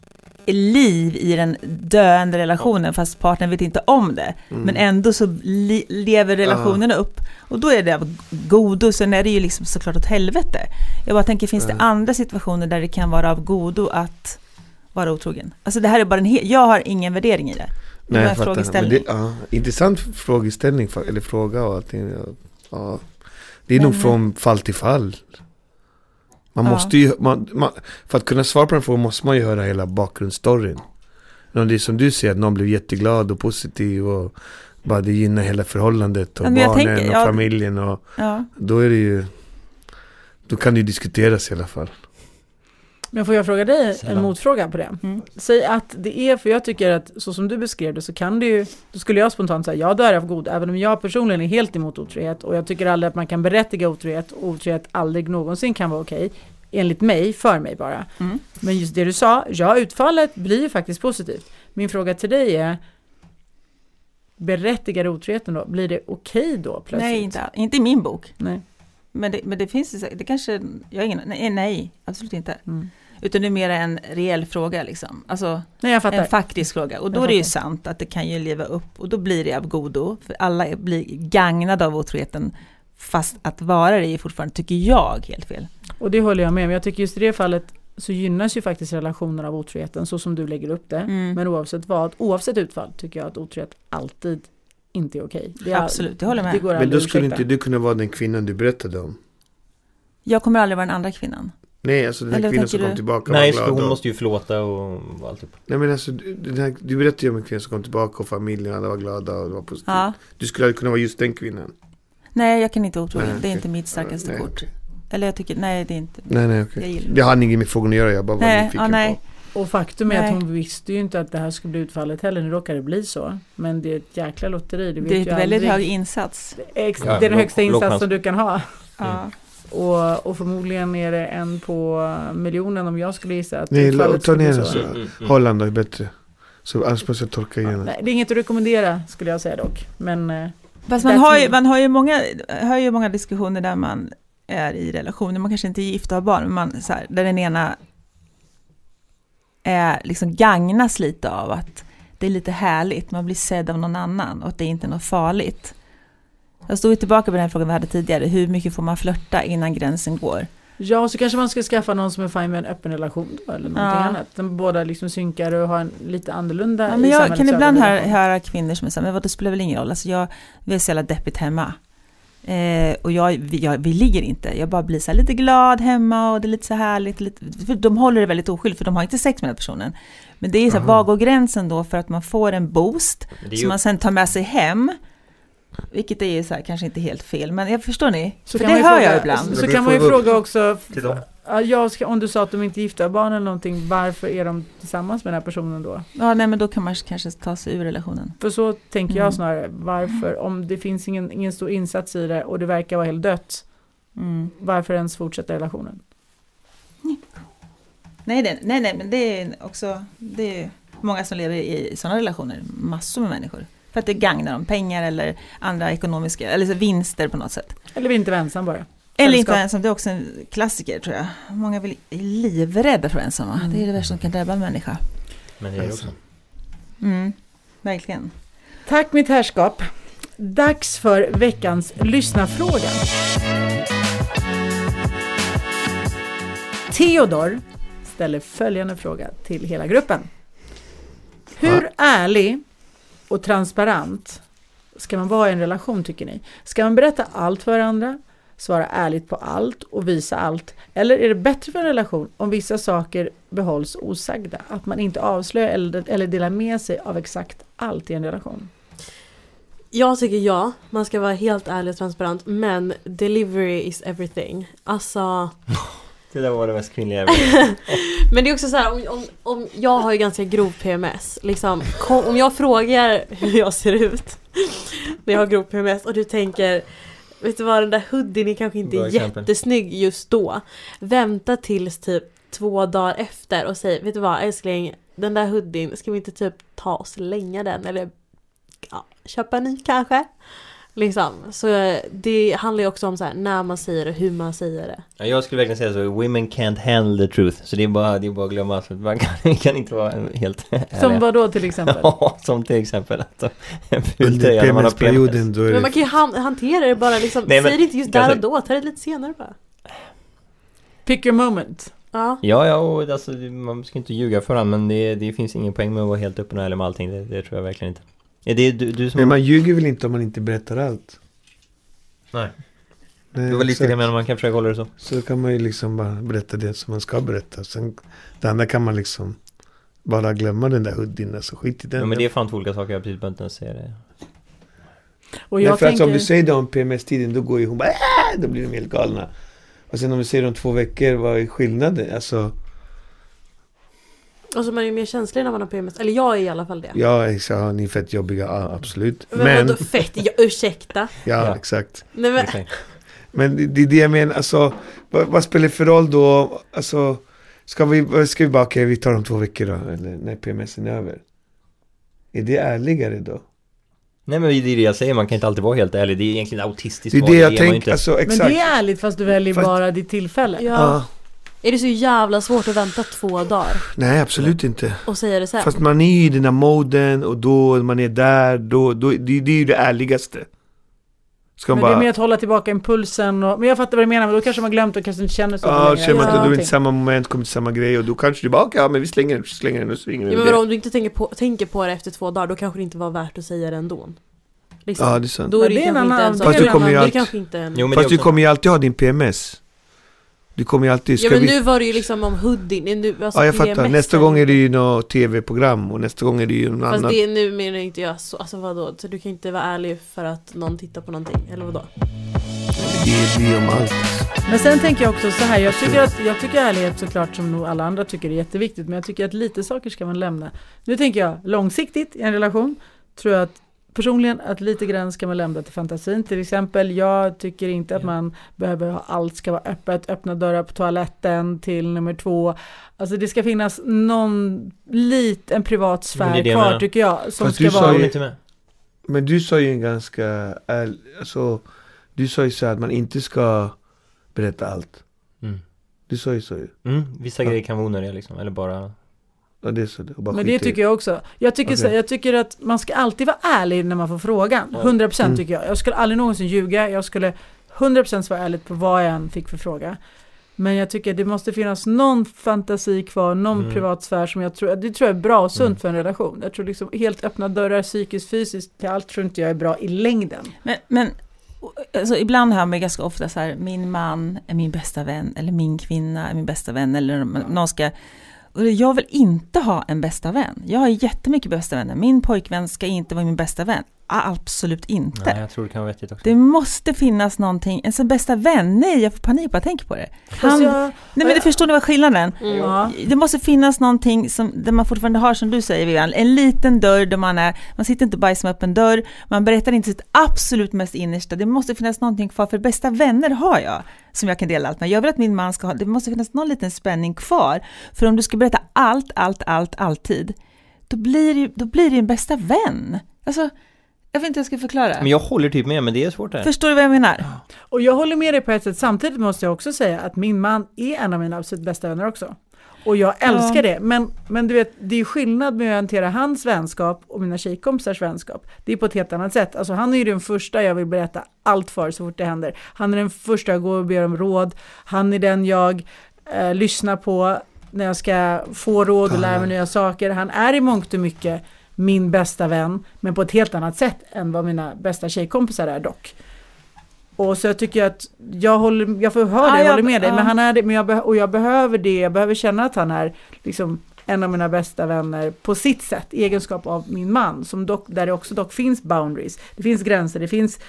S4: liv i den döende relationen, fast partnern vet inte om det. Men ändå så lever relationen upp. Och då är det av godo, så är det ju liksom såklart åt helvete. Jag bara tänker, finns det andra situationer där det kan vara av godo att vara otrogen? Alltså det här är bara jag har ingen värdering i det.
S3: Nej, jag fattar. Intressant frågeställning, eller fråga och allting. Ja. Det är nog från fall till fall. Man måste ju, för att kunna svara på den frågan måste man ju höra hela bakgrundsstoryn. Det är som du säger, att någon blev jätteglad och positiv och bara det gynnar hela förhållandet och barnen och familjen, och då är det ju, då kan det ju diskuteras i alla fall.
S1: Men får jag fråga dig en motfråga på det? Säg att det är, för jag tycker att så som du beskrev det, så kan det ju, då skulle jag spontant säga ja, då är det av god, även om jag personligen är helt emot otrohet, och jag tycker aldrig att man kan berättiga otrohet, och otrohet aldrig någonsin kan vara okej, enligt mig, för mig bara. Men just det du sa, utfallet blir ju faktiskt positivt. Min fråga till dig är, berättigar otroheten då? Blir det okej då plötsligt?
S4: Nej, inte i min bok.
S1: Nej.
S4: Men det finns det kanske, nej, absolut inte. Utan det är mer en reell fråga liksom. Alltså
S1: Nej, jag fattar.
S4: en faktisk fråga. Och då är det ju sant att det kan ju leva upp. Och då blir det av godo. För alla blir gagnade av otroheten. Fast att vara det är fortfarande, tycker jag, helt fel.
S1: Och det håller jag med. Men jag tycker just i det fallet så gynnas ju faktiskt relationer av otroheten. Så som du lägger upp det. Men oavsett utfall tycker jag att otrohet alltid inte är okej.
S4: Absolut, det håller jag med.
S3: Men då skulle inte du kunna vara den kvinnan du berättade om?
S4: Jag kommer aldrig vara den andra kvinnan.
S3: Nej, alltså den här kvinnan som kom tillbaka.
S2: Nej, för hon måste ju förlåta och allt upp.
S3: Nej, men alltså du berättade ju om en kvinna som kom tillbaka och familjen, alla var glada och det var positivt. Ja. Du skulle aldrig kunna vara just den kvinnan.
S4: Nej, jag kan inte otroligt. Det är inte mitt starkaste kort. Okay. Eller jag tycker, nej det är inte.
S3: Nej, okej. Det har inget med frågan att göra, jag bara var nyfiken på.
S1: Och faktum är att hon visste ju inte att det här skulle bli utfallet heller. Nu råkar det bli så. Men det är ett jäkla lotteri.
S4: Det är ett väldigt hög insats.
S1: Det är den högsta insats som du kan ha. Ja. Och förmodligen är det en på miljonen om jag skulle gissa att
S3: nej, ta ner så. Holland är bättre. Så annars måste jag torka igen.
S1: Nej, det är inget att rekommendera skulle jag säga dock. Men
S4: fast man har ju många diskussioner där man är i relationer. Man kanske inte är gift och har barn. Men man, så här, där den ena är liksom gagnas lite av att det är lite härligt. Man blir sedd av någon annan och att det inte är något farligt. Jag stod tillbaka på den här frågan vi hade tidigare. Hur mycket får man flirta innan gränsen går?
S1: Ja, så kanske man ska skaffa någon som är fine med en öppen relation då, eller någonting annat. De båda liksom synkar och har en lite annorlunda
S4: men jag kan ibland höra kvinnor som är så här, men det spelar väl ingen roll. Alltså vi är så jävla deppigt hemma. Och vi ligger inte. Jag bara blir så här lite glad hemma och det är lite så härligt. För de håller det väldigt oskyldigt för de har inte sex med den personen. Men det är så här, var går gränsen då för att man får en boost som man sen tar med sig hem. Vilket är ju så här, kanske inte helt fel. Men jag förstår ni. Så för det hör jag ibland.
S1: Så kan man ju fråga också om du sa att de inte är gifta barn eller någonting. Varför är de tillsammans med den här personen då?
S4: Ja, nej men då kan man kanske ta sig ur relationen.
S1: För så tänker jag snarare. Varför? Om det finns ingen stor insats i det och det verkar vara helt dött. Varför ens fortsätta relationen?
S4: Nej, men det är också det är många som lever i sådana relationer. Massor med människor. För att det gagnar dem pengar eller andra ekonomiska eller så vinster på något sätt.
S1: Eller inte vara ensam bara.
S4: Eller inte vara ensam, det är också en klassiker tror jag. Många är livrädda för ensamma. Det är det värsta som kan drabba en människa.
S2: Men det är det också.
S4: Verkligen.
S1: Tack mitt herrskap. Dags för veckans lyssnarfråga. Theodor ställer följande fråga till hela gruppen. Hur ärlig och transparent ska man vara i en relation tycker ni? Ska man berätta allt för varandra, svara ärligt på allt och visa allt? Eller är det bättre för en relation om vissa saker behålls osagda? Att man inte avslöjar eller delar med sig av exakt allt i en relation?
S5: Jag tycker man ska vara helt ärlig och transparent, men delivery is everything. Alltså...
S2: Det där var det mest kvinnliga.
S5: Men det är också så här, om jag har ju ganska grov PMS liksom, om jag frågar hur jag ser ut när jag har grov PMS och du tänker, vet du vad, den där hoodien är kanske inte jättesnygg just då, vänta tills typ 2 dagar efter och säg, vet du vad älskling, den där hoodien, ska vi inte typ ta och slänga den eller köpa en ny kanske? Liksom. Så det handlar ju också om så här, när man säger det, hur man säger det.
S2: Ja, jag skulle verkligen säga så, women can't handle the truth. Så det är bara att glömma. Man kan inte vara helt ärlig.
S1: Som vad då till exempel?
S2: Ja, som till exempel att
S3: under PMS-perioden då är det...
S5: Men man kan ju hantera det bara liksom, säg det inte just där och då, ta det lite senare bara.
S1: Pick your moment.
S2: Ja, och alltså, man ska inte ljuga för honom, men det finns ingen poäng med att vara helt öppen och ärlig med allting, det tror jag verkligen inte. Är det du som...
S3: Men man ljuger väl inte om man inte berättar allt?
S2: Nej. Det var lite det, men man kan försöka hålla det så.
S3: Så kan man ju liksom bara berätta det som man ska berätta. Sen det andra kan man liksom bara glömma den där hoodien, så skit i den.
S2: Ja, men det är fan två olika saker, jag precis behöver inte ens säga det.
S3: Och jag tänker... om du säger det om PMS-tiden, då går ju hon bara, då blir de helt galna. Och sen om du säger om 2 veckor, vad är skillnaden? Alltså
S5: man är ju mer känslig när man har PMS. Eller jag är i alla fall det.
S3: Ja, ni är fett jobbiga, absolut.
S5: Men vadå fett? Ursäkta.
S3: Ja, exakt.
S5: Nej, men...
S3: Men det är det jag menar, alltså, vad spelar det för roll då? Alltså, ska vi bara, okej, vi tar om 2 veckor då, eller när PMSen är över? Är det ärligare då?
S2: Nej, men det är det jag säger, man kan inte alltid vara helt ärlig. Det är egentligen autistiskt.
S3: Det är det jag tänker, alltså, exakt.
S1: Men det är ärligt fast du väljer bara ditt tillfälle.
S5: Ja. Är det så jävla svårt att vänta 2 dagar?
S3: Nej, absolut inte.
S5: Och säga det sen?
S3: Fast man är i den här moden och då man är där, då det är ju det ärligaste.
S1: Men det är mer att hålla tillbaka impulsen. Men jag fattar vad du menar, men då kanske man glömt och kanske inte känner så.
S3: Ja, känner man att då är inte samma moment, kommer till samma grej och då kanske du bara, men vi slänger den och svingar den.
S5: Ja, men om du inte tänker på det efter 2 dagar, då kanske det inte var värt att säga det ändå. Liksom.
S3: Ja, det är sant.
S5: Då är det kanske inte ens.
S3: Fast du kommer ju
S2: alltid...
S3: du kommer ju alltid ha din PMS. Du kommer ju alltid...
S5: Ja, men nu var det ju liksom om hoodien. Nu, alltså,
S3: ja, jag fattar. Nästa gång är det ju något tv-program och nästa gång är det ju någon annan.
S5: Fast det är nu menar inte jag så. Alltså vadå? Så du kan inte vara ärlig för att någon tittar på någonting, eller vadå?
S3: Det är om allt.
S1: Men sen tänker jag också så här, jag tycker ärlighet såklart som nog alla andra tycker är jätteviktigt, men jag tycker att lite saker ska man lämna. Nu tänker jag långsiktigt i en relation, tror jag att personligen att lite grann ska man lämna till fantasin. Till exempel, jag tycker inte att man behöver ha allt ska vara öppet, öppna dörrar på toaletten till nummer 2. Alltså det ska finnas en privat sfär kvar tycker jag. Som ska vara...
S3: Men du sa ju en ganska alltså, du sa ju så att man inte ska berätta allt. Du sa ju så ju.
S2: Vissa grejer kan vara onödiga liksom, eller bara...
S3: Ja, det är så, bara
S1: men det tycker jag också. Jag tycker att man ska alltid vara ärlig när man får frågan. 100% tycker jag. Jag skulle aldrig någonsin ljuga. Jag skulle 100% vara ärlig på vad jag än fick för fråga. Men jag tycker att det måste finnas någon fantasi kvar, någon privat sfär som det tror jag är bra och sunt för en relation. Jag tror liksom helt öppna dörrar psykiskt, fysiskt till allt tror inte jag är bra i längden.
S4: Men alltså, ibland hör man ganska ofta så här, min man är min bästa vän eller min kvinna är min bästa vän eller någon ska... Och jag vill inte ha en bästa vän. Jag har jättemycket bästa vänner. Min pojkvän ska inte vara min bästa vän. Absolut inte.
S2: Nej, jag tror det kan vara vettigt också.
S4: Det måste finnas någonting. En sån bästa vän. Nej, jag får panik bara jag tänker på det. Nej, men det förstår ni vad skillnaden? Det måste finnas någonting där man fortfarande har, som du säger Vivian, en liten dörr där man sitter inte bara som öppen dörr. Man berättar inte sitt absolut mest innersta. Det måste finnas någonting kvar. För bästa vänner har jag som jag kan dela allt med. Jag vill att min man ska ha, det måste finnas någon liten spänning kvar. För om du ska berätta allt alltid, då blir det en bästa vän. Alltså, jag vet inte hur jag ska förklara.
S2: Men jag håller typ med, men det är svårt här.
S4: Förstår du vad jag menar?
S1: Och jag håller med dig på ett sätt. Samtidigt måste jag också säga att min man är en av mina absolut bästa vänner också. Och jag älskar det. Men du vet, det är skillnad med att hantera hans vänskap och mina tjejkompisars vänskap. Det är på ett helt annat sätt. Alltså han är ju den första jag vill berätta allt för så fort det händer. Han är den första jag går och ber om råd. Han är den jag lyssnar på när jag ska få råd och lära mig nya saker. Han är i mångt och mycket min bästa vän, men på ett helt annat sätt än vad mina bästa tjejkompisar är dock. Och så jag tycker att jag får höra det, jag håller med dig, men han är det, men jag behöver det, jag behöver känna att han är liksom en av mina bästa vänner på sitt sätt, i egenskap av min man, som där det också dock finns boundaries, det finns gränser, det finns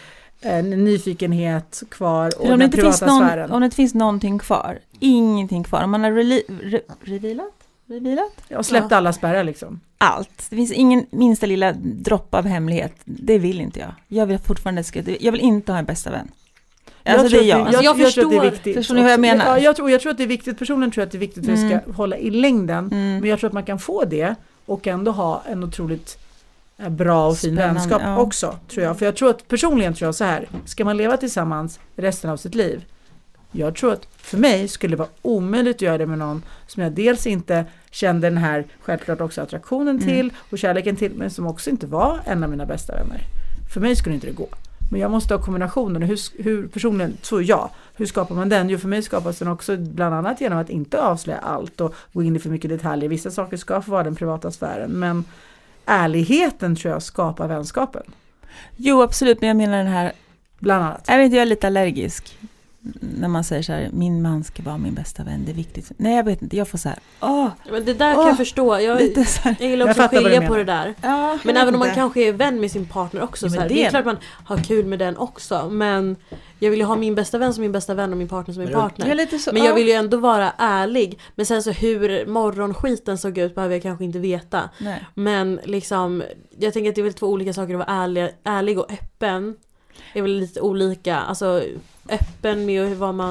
S1: nyfikenhet kvar och den privata sfären.
S4: Om det inte finns någonting kvar, ingenting kvar, om man har revealat?
S1: Jag släppte alla spärrar liksom.
S4: Allt. Det finns ingen minsta lilla dropp av hemlighet. Det vill inte jag. Jag vill inte ha en bästa vän. Alltså det är jag.
S1: Jag förstår att det är viktigt.
S4: Förstår ni vad jag menar?
S1: Ja, jag tror att det är viktigt. Personligen tror jag att det är viktigt för att det ska hålla i längden. Men jag tror att man kan få det och ändå ha en otroligt bra och fin vänskap också, tror jag. För jag tror att personligen tror jag så här, ska man leva tillsammans resten av sitt liv? Jag tror att för mig skulle det vara omöjligt att göra det med någon som jag dels inte kände den här självklart också attraktionen till och kärleken till, men som också inte var en av mina bästa vänner. För mig skulle inte det gå. Men jag måste ha kombinationen. Hur personligen tror jag, hur skapar man den? Jo, för mig skapas den också bland annat genom att inte avslöja allt och gå in i för mycket detaljer. Vissa saker ska få vara den privata sfären, men ärligheten tror jag skapar vänskapen.
S4: Jo, absolut, men jag menar den här
S1: bland annat.
S4: Jag är lite allergisk när man säger så här, min man ska vara min bästa vän, det är viktigt. Nej, jag vet inte, jag får så här,
S5: men det där kan jag förstå. Jag gillar också att skilja på det där.
S4: Ja,
S5: men även om man kanske är vän med sin partner också, så här, det är klart man har kul med den också, men jag vill ju ha min bästa vän som min bästa vän och min partner som min partner. Men jag vill ju ändå vara ärlig. Men sen så hur morgonskiten såg ut behöver jag kanske inte veta.
S4: Nej.
S5: Men liksom, jag tänker att det är väl 2 olika saker att vara ärlig och öppen. Det är väl lite olika. Alltså öppen med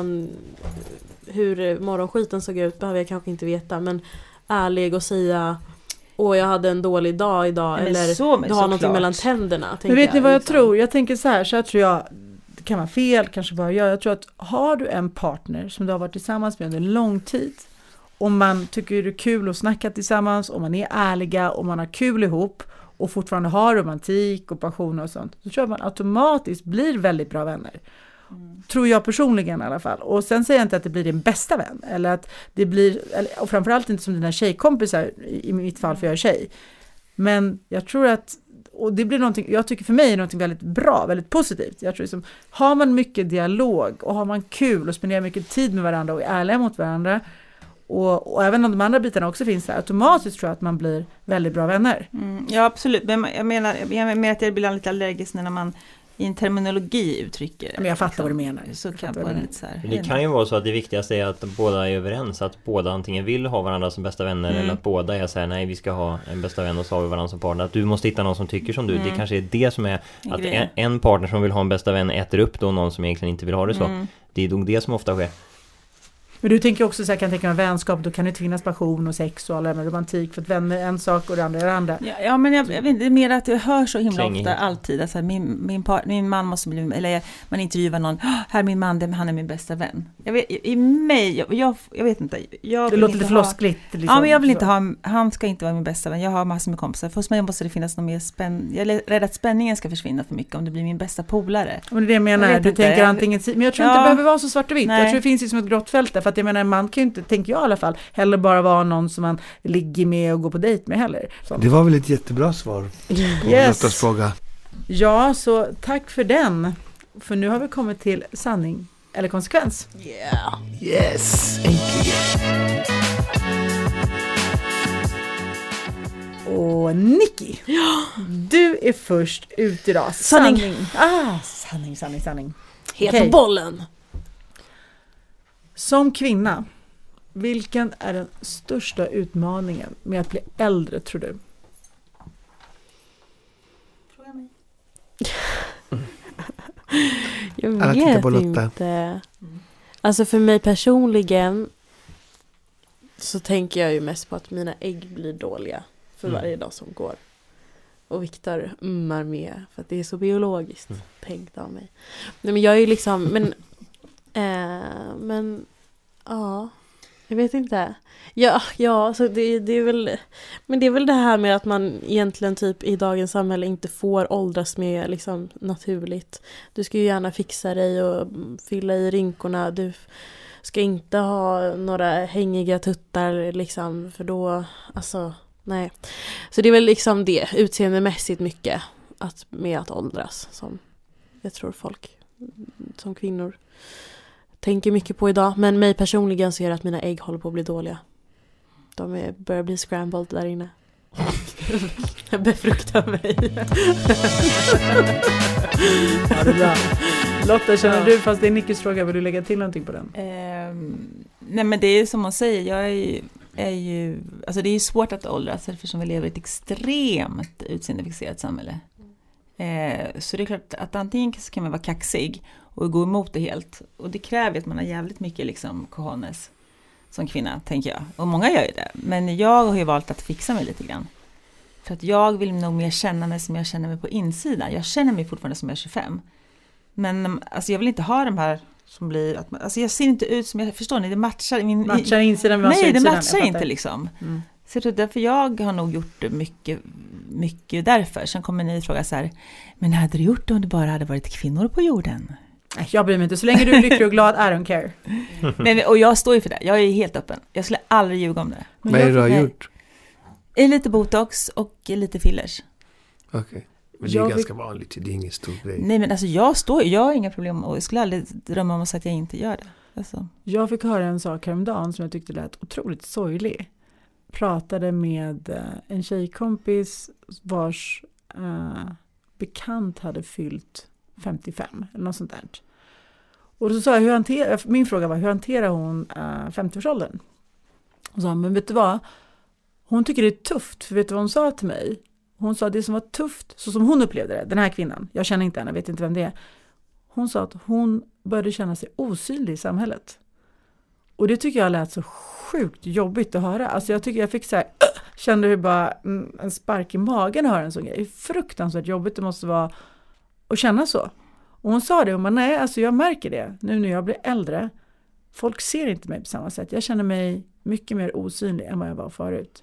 S5: hur morgonskiten såg ut behöver jag kanske inte veta, men ärlig och säga jag hade en dålig dag idag, eller du har någonting mellan tänderna.
S1: Men vet ni vad jag tror? Jag tänker så här tror jag kan vara fel, kanske bara jag tror att har du en partner som du har varit tillsammans med under lång tid och man tycker det är kul att snacka tillsammans och man är ärliga och man har kul ihop och fortfarande har romantik och passion och sånt, så tror jag att man automatiskt blir väldigt bra vänner. Tror jag personligen i alla fall. Och sen säger jag inte att det blir din bästa vän eller att det blir, och framförallt inte som dina tjejkompisar i mitt fall för jag är tjej. Men jag tror att, och det blir någonting, jag tycker för mig är någonting väldigt bra, väldigt positivt. Jag tror liksom, har man mycket dialog och har man kul och spenderar mycket tid med varandra och är ärliga mot varandra och även om de andra bitarna också finns där, automatiskt tror jag att man blir väldigt bra vänner.
S4: Ja, absolut. Men jag menar att jag blir lite allergisk när man i en terminologi uttrycker.
S1: Men jag fattar vad du menar.
S4: Så kan det vara lite så här.
S2: Det kan ju vara så att det viktigaste är att båda är överens, att båda antingen vill ha varandra som bästa vänner eller att båda är så här, nej vi ska ha en bästa vän och så har vi varandra som partner. Att du måste hitta någon som tycker som du. Det kanske är det som är att en partner som vill ha en bästa vän äter upp då någon som egentligen inte vill ha det så. Det är nog det som ofta sker. Men
S1: du tänker också så här, kan tänka mig vänskap, då kan det inte finnas passion och sex och alla med romantik, för att vänner är en sak och det andra är det andra.
S4: Ja, men jag vet inte, det är mer att jag hör så himla ofta alltid att min man måste bli, eller man intervjuar någon, här är min man, han är min bästa vän. Jag vet, i mig, jag vet inte. Det
S1: låter lite floskligt. Liksom.
S4: Ja, men jag vill inte ha, han ska inte vara min bästa vän. Jag har massor med kompisar. För mig måste det finnas något mer jag är rädd att spänningen ska försvinna för mycket om det blir min bästa polare.
S1: Men det är det jag menar, du tänker antingen, men jag tror inte det behöver vara så svart och vitt. Nej. Jag tror det finns ju som ett grått fält där, för att jag menar, man kan ju inte, tänker jag i alla fall, heller bara vara någon som man ligger med och går på dejt med heller. Så.
S3: Det var väl ett jättebra svar på Lottas fråga.
S1: Ja, så tack för den. För nu har vi kommit till sanning eller konsekvens.
S3: Yeah. Yes, äntligen.
S1: Och Nicky, du är först ut idag.
S5: Sanning.
S1: Sanning.
S5: Het på bollen.
S1: Som kvinna, vilken är den största utmaningen med att bli äldre, tror du?
S4: Fråga mig.
S5: Jag vet inte. Alltså för mig personligen så tänker jag ju mest på att mina ägg blir dåliga för varje dag som går. Och Viktor ummar med för att det är så biologiskt tänkt av mig. Nej, men jag är ju liksom, men ja, jag vet inte. Ja, så det är väl, men det är väl det här med att man egentligen typ i dagens samhälle inte får åldras med liksom naturligt. Du ska ju gärna fixa dig och fylla i rynkorna. Du ska inte ha några hängiga tuttar liksom, för då, alltså, nej. Så det är väl liksom det, utseendemässigt mycket med att åldras som jag tror folk som kvinnor tänker mycket på idag. Men mig personligen så är det att mina ägg håller på att bli dåliga. De börjar bli scrambled där inne. Jag befruktar mig.
S1: Ja, det är bra. Lotta, känner du, fast det är Nickys fråga, vill du lägga till någonting på den?
S4: Nej, men det är som man säger, jag är ju alltså det är ju svårt att åldras eftersom vi lever i ett extremt utseendefixerat samhälle. Så det är klart att antingen kan man vara kaxig och gå emot det helt. Och det kräver att man har jävligt mycket liksom cojones som kvinna, tänker jag. Och många gör ju det. Men jag har ju valt att fixa mig lite grann. För att jag vill nog mer känna mig som jag känner mig på insidan. Jag känner mig fortfarande som jag är 25. Men alltså jag vill inte ha de här som blir... Alltså jag ser inte ut som jag... Förstår ni? Det matchar...
S1: Matchar insidan med
S4: nej, det matchar inte liksom. Så det är därför jag har nog gjort mycket därför. Sen kommer ni fråga så här, men hade du gjort det om det bara hade varit kvinnor på jorden?
S1: Jag bryr mig inte. Så länge du är lycklig och glad, I don't care.
S4: Men, och jag står ju för det. Jag är helt öppen. Jag skulle aldrig ljuga om det.
S3: Men vad är det du har gjort?
S4: Lite botox och lite fillers.
S3: Okej. Men det är ganska vanligt. Det är ingen stor grej.
S4: Nej, men alltså jag har inga problem. Och jag skulle aldrig drömma om att säga att jag inte gör det. Alltså.
S1: Jag fick höra en sak häromdagen som jag tyckte lät otroligt sorglig. Pratade med en tjejkompis vars bekant hade fyllt 55 eller något sånt där. Och så sa jag, min fråga var, hur hanterar hon 50-årsåldern? Och sa, men vet du vad? Hon tycker det är tufft, för vet du vad hon sa till mig? Hon sa det som var tufft, så som hon upplevde det, den här kvinnan, jag känner inte henne, vet inte vem det är. Hon sa att hon började känna sig osynlig i samhället. Och det tycker jag lät så sjukt jobbigt att höra. Alltså jag tycker jag fick så här, kände hur bara en spark i magen att höra en sån grej. Hur fruktansvärt jobbigt det måste vara att känna så. Och hon sa det, hon bara, nej, alltså jag märker det nu när jag blir äldre. Folk ser inte mig på samma sätt. Jag känner mig mycket mer osynlig än vad jag var förut.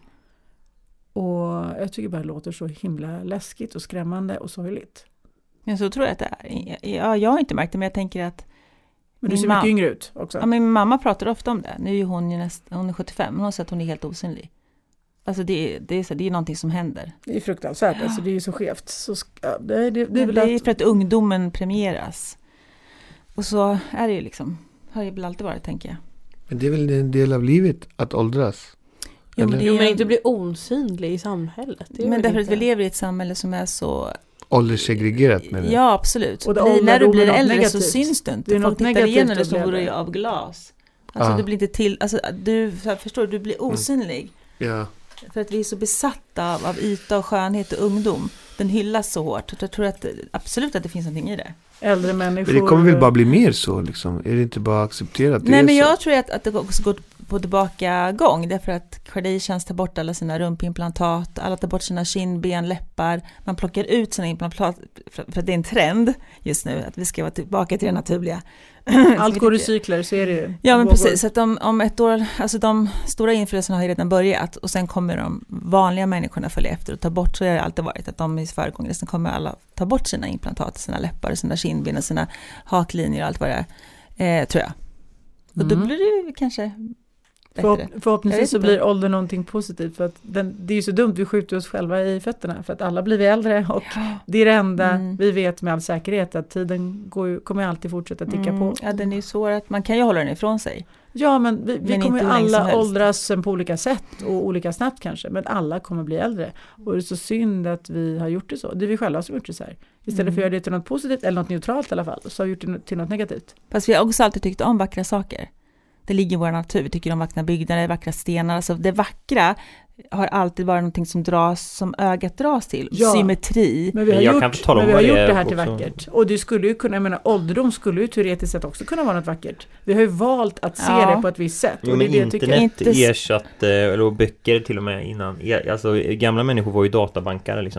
S1: Och jag tycker bara det låter så himla läskigt och skrämmande och sorgligt.
S4: Men så tror jag att det är. Ja, jag har inte märkt det, men jag tänker att...
S1: Men du ser mycket yngre ut också.
S4: Ja, min mamma pratar ofta om det. Nu är hon är 75, men hon säger att hon är helt osynlig. Alltså det är någonting som händer.
S1: Det är fruktansvärt, alltså det är ju så skevt. Så, det
S4: är för att ungdomen premieras. Och så är det ju liksom, har det väl alltid varit, tänker jag.
S3: Men det är väl en del av livet att åldras?
S5: Jo, men inte bli osynlig i samhället.
S4: Men därför att vi lever i ett samhälle som är så...
S3: åldersegregerat med det.
S4: Ja, absolut.
S1: Och
S4: när du blir äldre
S1: negativt.
S4: så syns du inte.
S1: Det är
S4: folk
S1: något
S4: tittar igenom det
S1: negativt
S4: som vore av glas. Alltså du blir inte till... Alltså förstår du blir osynlig.
S3: Ja.
S4: För att vi är så besatta av yta och skönhet och ungdom. Den hyllas så hårt. Jag tror att absolut att det finns någonting i det.
S1: Äldre människor...
S3: Men det kommer väl bara bli mer så liksom? Är det inte bara accepterat?
S4: Nej, men jag tror att det också går på tillbaka gång. Därför att Kardashians tar bort alla sina rumpimplantat. Alla tar bort sina kindben, läppar. Man plockar ut sina implantat. För att det är en trend just nu. Att vi ska vara tillbaka till det naturliga.
S1: Allt går i cykler, så är det ju.
S4: Ja, men precis. Så att om ett år, alltså de stora influenserna har ju redan börjat. Och sen kommer de vanliga människorna följa efter och ta bort. Så har det alltid varit att de är föregångare. Sen kommer alla ta bort sina implantat, sina läppar, sina kindben och sina haklinjer och allt vad det är, tror jag. Och då blir det kanske bättre.
S1: Förhoppningsvis så blir ålder någonting positivt. För att det är ju så dumt, vi skjuter oss själva i fötterna. För att alla blir vi äldre och det är det enda vi vet med all säkerhet. Att tiden kommer alltid fortsätta ticka på.
S4: Ja, den är ju svår att man kan ju hålla den ifrån sig.
S1: Ja, men vi kommer ju alla åldras på olika sätt och olika snabbt kanske. Men alla kommer bli äldre. Och det är så synd att vi har gjort det så. Det är vi själva som gjort det så här. Istället för att göra det till något positivt eller något neutralt i alla fall. Så har vi gjort det till något negativt.
S4: Fast vi har också alltid tyckt om vackra saker. Det ligger i vår natur. Vi tycker om vackra byggnader, vackra stenar. Alltså det vackra har alltid varit någonting som ögat dras till. Ja, symmetri.
S1: Men vi har gjort det här till vackert. Och det skulle ju kunna, jag menar, ålderdom skulle ju teoretiskt sett också kunna vara något vackert. Vi har ju valt att se det på ett visst sätt.
S2: Jo, men internet ersatte, eller böcker till och med innan. Alltså gamla människor var ju databankare liksom.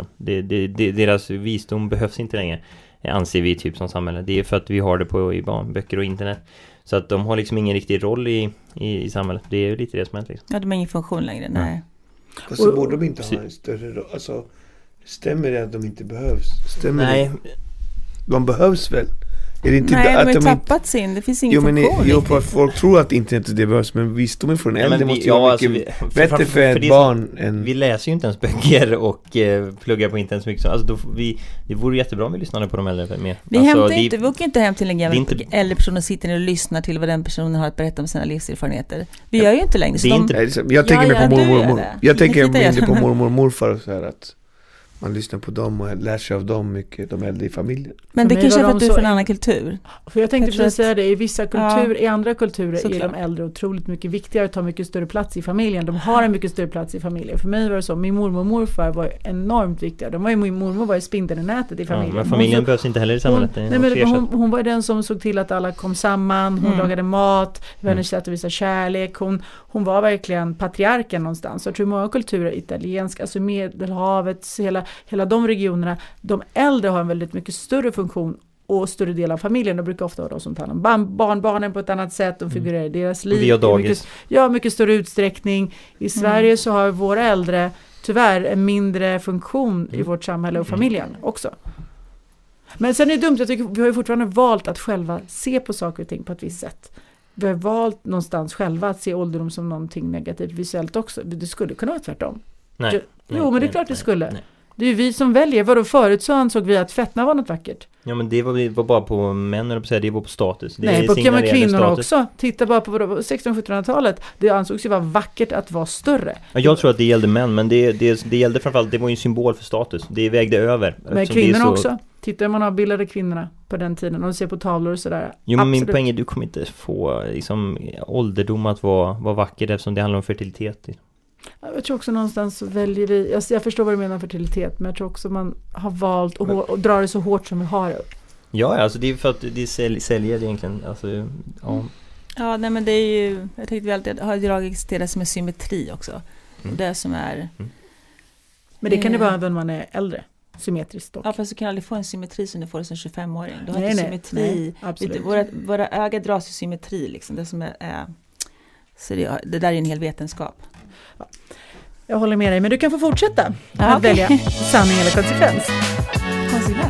S2: Deras visdom behövs inte längre, anser vi typ som samhälle. Det är för att vi har det i böcker och internet. Så att de har liksom ingen riktig roll i samhället. Det är ju lite det som hänt liksom.
S4: Ja, de har ingen funktion längre, nej.
S3: Fast så borde de inte ha en större roll. Alltså, stämmer det att de inte behövs?
S2: Nej.
S3: De behövs väl? Är det inte
S4: nej,
S3: att
S4: de har tappat sin. Det finns ingen funktion.
S3: Jo, folk tror att internet det behövs, men visdomen från äldre måste ju vara mycket bättre för ett barn än...
S2: Vi läser ju inte ens böcker och pluggar på internet så mycket. Alltså, det vore jättebra om vi lyssnade på de äldre mer.
S4: Vi åker inte hem till en gammal äldre person och sitter ner och lyssnar till vad den personen har att berätta om sina livserfarenheter. Vi gör ju inte längre.
S3: Jag tänker mig på mormor. Jag tänker mig på mormor och morfar och så här att man lyssnar på dem och lär sig av dem mycket, de äldre i familjen.
S4: Men det kanske är för att du är från en annan kultur.
S1: För jag tänkte precis säga det, i vissa kulturer, i andra kulturer är de äldre otroligt mycket viktigare och tar mycket större plats i familjen. De har en mycket större plats i familjen. För mig var det så, min mormor och morfar var enormt viktiga. Min mormor var ju spindeln i nätet i familjen.
S2: Men familjen behövs inte heller i samhället.
S1: Hon var den som såg till att alla kom samman, hon lagade mat, hennes sätt att visa kärlek. Hon var verkligen patriarken någonstans. Jag tror många kulturer, italiensk, alltså Medelhavets, hela de regionerna, de äldre har en väldigt mycket större funktion och större del av familjen. De brukar ofta vara de som tar hand om barnen på ett annat sätt och figurerar i deras liv.
S2: Via dagis.
S1: Mycket större utsträckning. I Sverige så har våra äldre tyvärr en mindre funktion i vårt samhälle och familjen också. Men sen är det dumt, jag tycker vi har ju fortfarande valt att själva se på saker och ting på ett visst sätt. Vi har valt någonstans själva att se ålderdom som någonting negativt visuellt också. Det skulle kunna vara tvärtom. Men det är klart det skulle. Nej. Det är ju vi som väljer. Vadå förut så ansåg vi att fettna var något vackert.
S2: Ja, men det var bara på män, eller på säga, det var på status.
S1: Nej, på kvinnorna också. Titta bara på 1600-1700-talet. Det ansågs ju vara vackert att vara större.
S2: Ja, jag tror att det gällde män, men det gällde framförallt, det var ju en symbol för status. Det vägde över.
S1: Men kvinnorna också. Titta hur man avbildade kvinnorna på den tiden. Och ser på tavlor och sådär.
S2: Jo, men min poäng är du kommer inte få liksom, ålderdom att vara vackert eftersom det handlar om fertilitet.
S1: Jag tror också någonstans så väljer vi, jag förstår vad du menar fertilitet, men jag tror också man har valt och drar det så hårt som vi har det.
S2: Ja, alltså det är för att det säljer egentligen. Alltså,
S4: ja, nej men det är ju, jag tänkte vi alltid har dragits till det som är symmetri också. Och det som är...
S1: Men det kan det vara när man är äldre. symmetriskt dock.
S4: Ja, fast du kan aldrig få en symmetri som du får som 25-åring. Du har
S1: Nej,
S4: inte
S1: nej,
S4: symmetri.
S1: absolut.
S4: Våra ögon dras i symmetri liksom. Det som så det där är en hel vetenskap.
S1: Jag håller med dig, men du kan få fortsätta
S4: Ja,
S1: att välja sanning eller konsekvens.
S4: Konsekvens.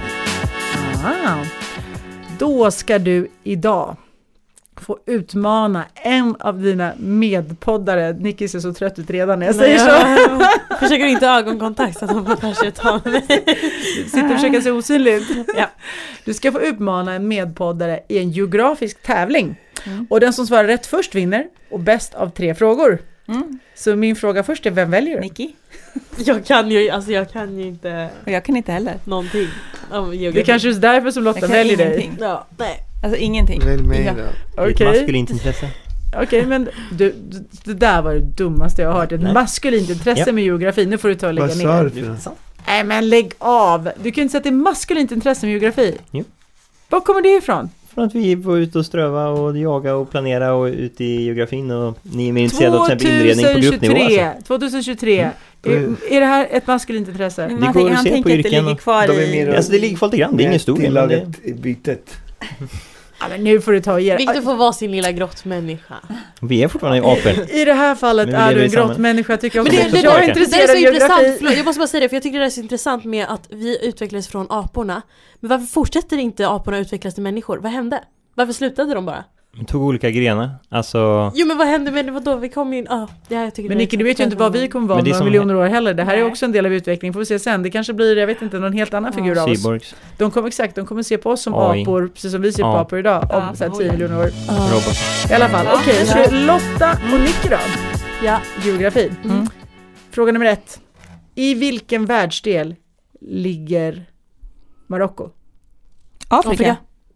S1: Då ska du idag få utmana en av dina medpoddare. Nicky ser så trött ut redan när jag säger så.
S5: Försöker inte ögonkontakt så att de kanske tar mig.
S1: Sitter och försöker se osynligt. Ja. Du ska få utmana en medpoddare i en geografisk tävling. Och den som svarar rätt först vinner och bäst av 3 frågor. Så min fråga först är, vem väljer du?
S4: Nicky?
S5: Jag kan ju inte
S4: Och jag kan inte heller.
S5: någonting om geografi.
S1: Det är kanske just därför som Lotta väljer dig.
S4: Ingenting.
S5: Ja, nej.
S4: Alltså ingenting.
S3: Välj mig
S4: Ja.
S3: då.
S2: Det är ett maskulint intresse.
S1: Okej, men det där var det dummaste jag har hört. Ett maskulint intresse med geografi. Nu får du ta och lägga
S3: Vad sa du
S1: ner.
S3: för något?
S1: Nej, men lägg av. Du kan inte säga att det är maskulint intresse med geografi.
S2: Jo.
S1: Var kommer det ifrån?
S2: Från att vi var ute och ströva och jaga och planera och ute i geografin och ni är mer intresserade av till exempel inredning på gruppnivå.
S1: 2023. Är det här ett maskulint intresse?
S4: Men
S2: Det går att
S4: han
S2: se på
S4: tänker att det
S2: yrken
S4: ligger
S2: och-
S4: kvar
S3: De är
S4: i...
S3: mer-
S2: Alltså det ligger kvar lite grann, det är ingen stor grej, men det-
S3: Tillaget bytet.
S1: Ja, men nu får du ta och ge
S5: Victor får vara sin lilla grottmänniska.
S2: Vi är fortfarande apor.
S1: I det här fallet
S2: Men vi
S1: är
S2: lever
S1: du
S2: i
S1: en
S2: samma-
S1: grottmänniska, tycker jag
S5: Men
S1: också.
S5: det
S1: Jag är
S5: är
S1: intresserad
S5: så
S1: av geografi.
S5: intressant, förlåt, jag måste bara säga det, för jag tycker det är så intressant med att vi utvecklades från aporna. Men varför fortsätter inte aporna utvecklas till människor? Vad hände? Varför slutade de bara?
S2: Vi tog olika grenar. Alltså...
S5: Jo, men vad hände med det? Vadå? Vi kom in... jag tycker
S1: Men Nicky, du vet ju inte vad vi kommer vara
S2: Men det är
S1: några
S2: som-
S1: miljoner år heller. Det här är
S4: Nej.
S1: också en del av utvecklingen. Får vi se sen. Det kanske blir, jag vet inte, någon helt annan figur av oss.
S2: Cyborgs.
S1: De kommer se på oss som
S2: AI.
S1: apor, precis som vi ser på
S2: Ja.
S1: apor idag, om
S4: Ja,
S1: så här
S4: oj.
S1: 10 miljoner år.
S2: Robot.
S1: I alla fall.
S4: Ja.
S1: Okej, så Lotta och Nicky då.
S5: Ja.
S1: Geografi.
S4: Mm.
S1: Fråga nummer 1. I vilken världsdel ligger Marocko?
S4: Afrika.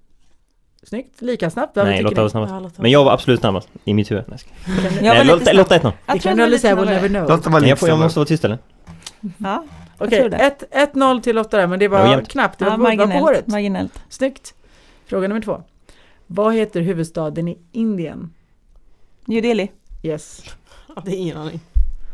S1: Snyggt, lika snabbt. Vad
S2: Nej,
S1: tycker
S2: Lotta var
S1: ni?
S2: snabbast. Men jag var absolut snabbast i mitt huvud.
S4: Jag var lite
S2: Lotta
S4: snabb.
S2: 1-0.
S4: Jag
S1: Det
S4: tror
S1: kan
S4: det
S1: du
S4: var
S1: aldrig
S4: lite
S1: säga, we'll
S4: snabbare.
S1: never know.
S3: Lotta var
S2: Jag
S3: lite
S2: måste
S3: snabbare.
S2: vara tyst eller?
S4: Ja, jag
S1: Okej,
S4: tror det.
S1: 1-0 till Lotta där, men det
S2: Det var
S1: var
S2: jämnt.
S1: knappt. Det
S4: Ja,
S1: var på håret.
S4: marginellt.
S1: Snyggt. Fråga nummer 2. Vad heter huvudstaden i Indien?
S4: New Delhi.
S1: Yes.
S5: Ja, det är ingen aning.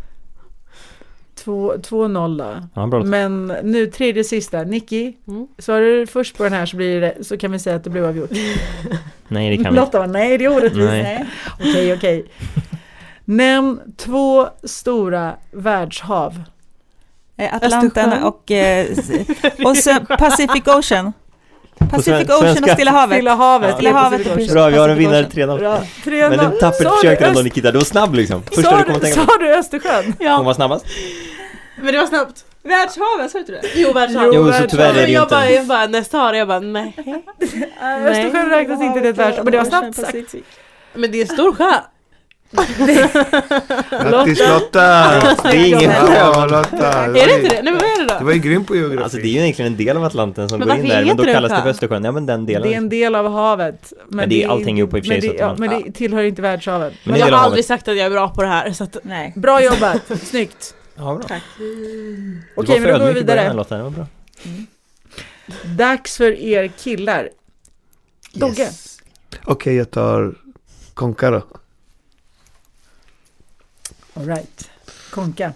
S1: 2-0 då.
S2: Ja, bra.
S1: Men nu tredje sista. Nicky,
S5: Mm.
S1: svarar du först på den här så kan vi säga att det blev avgjort.
S2: Nej, det kan vi inte.
S1: Lotta var nej, det är orättvist.
S2: Nej.
S1: Okej. Nämn 2 stora världshav.
S4: Atlanten
S1: Östersjön.
S4: och så Pacific Ocean. Pacific Ocean
S2: svenska.
S4: och Stilla havet.
S1: Stilla havet.
S2: Ja.
S4: Stilla havet.
S1: Pacific Ocean.
S2: Bra, vi har en
S4: Pacific
S2: vinnare
S4: Ocean.
S2: 3-0.
S1: Bra. 3-0.
S2: Men du tappert
S1: Sa
S2: försökte
S1: du
S2: ändå Nikita, du var snabb liksom. Första du kom att tänka på.
S1: Sa du Östersjön?
S2: Hon
S5: Ja,
S2: var snabbast.
S5: men det var snabbt.
S4: Världshavet, sa du det?
S5: Jo, världshav.
S2: Jo, så tyvärr är det ju
S5: jag
S2: inte.
S5: bara nästa har jag bara, nej.
S1: Östersjön räknas inte till ett världshav, men det var snabbt sagt.
S5: Men det är en stor sjö.
S3: Grattis Lotta!
S2: Det är ingen
S3: Ja, Lotta!
S5: Är det inte det? Nej, men vad är det
S3: Du
S5: då?
S3: var ju grym på geografi.
S2: Alltså det är ju egentligen en del av Atlanten som
S5: Men
S2: går in
S5: varför
S2: där, men
S5: heter
S2: då
S5: det
S2: kallas det
S5: sjö?
S2: för Östersjön. Ja, men den delen.
S1: Det är en del av havet.
S2: Men det är allting ihop i och för sig,
S1: men
S2: så
S1: det,
S2: att
S1: ja,
S2: man-
S1: men det tillhör inte världshavet.
S2: Men
S5: Men
S2: det är
S5: jag
S2: del
S5: har
S2: av
S5: aldrig
S2: havet.
S5: sagt att jag är bra på det här. Så att,
S4: Nej.
S1: Bra jobbat, snyggt.
S2: Ja, bra.
S5: tack.
S1: Okej, men då går vi vidare.
S2: Lotta, det var bra.
S1: Dags för er killar. Dogge.
S3: Yes. Okej, jag tar Konka då.
S1: All right. Konka.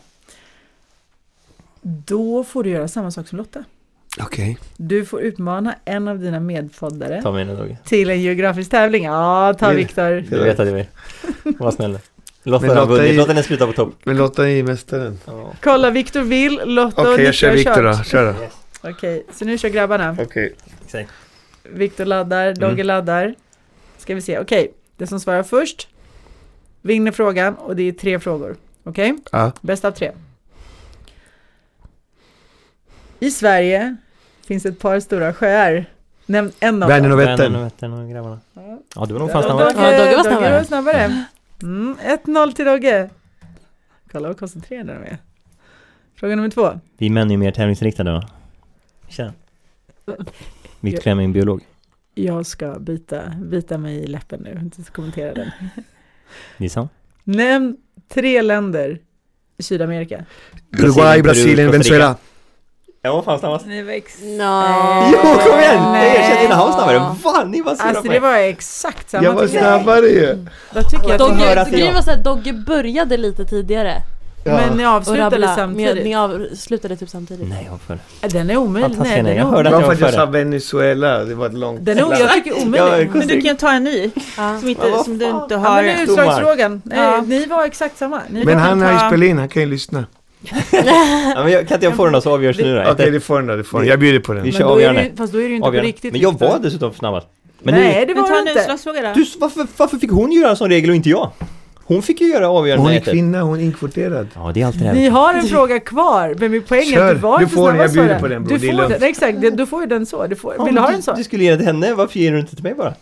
S1: Då får du göra samma sak som Lotta.
S3: Okej.
S1: Du får utmana en av dina medfoddare
S2: Ta mig nu Dogge.
S1: till en geografisk tävling. Ja, ta
S3: Vill-
S1: Viktor.
S2: Du vet att jag vill. Var snäll. Lotta
S3: Men
S2: har
S3: Lotta
S2: vunnit.
S3: är-
S2: Låt henne sluta på topp.
S3: Men Lotta är mästaren.
S2: Ja.
S1: Kolla, Viktor vill, Lotta och
S3: Okej,
S1: Nicky
S3: jag kör
S1: har
S3: Viktor då.
S1: kört.
S3: Kör då.
S1: Okej, så nu kör grabbarna.
S3: Okej.
S2: Exakt.
S1: Viktor laddar, Dogge laddar. Ska vi se, okej. Det som svarar först vinner frågan och det är 3 frågor. Okej?
S3: Ja.
S1: Bäst av 3. I Sverige finns ett par stora sjöar. Nämn en av
S3: Vänern
S1: dem.
S3: och
S2: Vättern
S3: Vättern.
S2: och Vättern och grabbarna.
S1: Ja.
S2: Ja, du var nog fan
S1: Dogge,
S2: snabbast.
S5: Ja, Dogge var
S1: Dogge
S5: snabbare.
S1: var snabbare. 1-0 till Dogge. Kolla vad koncentrerade de är. Fråga nummer 2.
S2: Vi män är ju mer tävlingsinriktade va? Tjena. Viktor är min biolog.
S1: Jag ska bita mig i läppen nu. Inte kommentera den.
S2: Det är sant.
S1: Nämn 3 länder i Sydamerika.
S3: Uruguay, Brasilien,
S2: Costa Rica.
S3: Venezuela.
S2: Jag var fan snabbast.
S4: Det var
S5: No.
S2: Jo, kom igen!
S1: Nej.
S2: Jag erkände innan han var snabbare. Fan, ni var sura
S1: Alltså
S2: på
S1: det
S2: mig.
S1: var exakt samma.
S3: Jag var
S1: tycker
S3: snabbare ju.
S1: Då tycker jag att
S2: Dogge-
S1: de
S2: höra
S5: Dogge,
S2: att jag-
S5: grejen var så här, Dogge började lite tidigare.
S1: Men ni
S5: Och
S1: avslutade
S5: rabbla.
S1: samtidigt.
S5: Ni avslutade typ samtidigt.
S2: Nej, jag var före.
S1: Den är omöjlig.
S2: Fantastiskt,
S1: Nej, den
S2: jag
S1: är
S2: hörde
S3: Det
S1: omöjlig.
S3: var för att jag
S2: före.
S3: sa Venezuela. Det var ett långt...
S1: Den är, jag tycker omöjlig.
S4: Men du kan ta en ny
S5: Ja.
S4: som, inte, som du inte
S1: Ja, men
S4: har.
S1: det är utslagsfrågan. Nej,
S4: Ja.
S1: ni var exakt samma. Ni
S3: Men
S1: var
S3: han har ju
S4: ta-
S3: spelat in, han kan ju lyssna.
S2: Ja, men kan inte jag få den då så avgörs nu då?
S3: Okej, det får den då, det får den. Jag bjuder på den.
S2: Vi
S1: Men
S2: kör
S1: då är det
S2: avgörande.
S1: ju, fast då är det ju inte på
S2: Avgörande.
S1: riktigt.
S2: Men jag
S1: Victor.
S2: var dessutom snabbast. Men
S1: Nej, det
S4: Men
S1: var
S4: ta
S1: det
S4: en
S1: inte.
S4: utslagsfråga då.
S2: du, varför fick hon göra en sån regel och inte jag? Hon fick ju göra avgörande.
S3: Hon är
S2: nätet.
S3: kvinna, hon är inkvoterad.
S2: Ja, det är alltid det här.
S1: Ni har en fråga kvar, men min poäng är
S3: Kör,
S1: att du var
S3: du
S1: inte
S3: får den, jag
S1: snabbast
S3: bjuder
S1: för
S3: på den, bror,
S1: Du
S3: det är
S1: får
S3: lugnt.
S1: den, exakt, du får ju den så. Du får,
S2: Ja,
S1: vill du
S2: men
S1: ha den så?
S2: Du skulle ge den till henne, varför ger du inte till mig bara?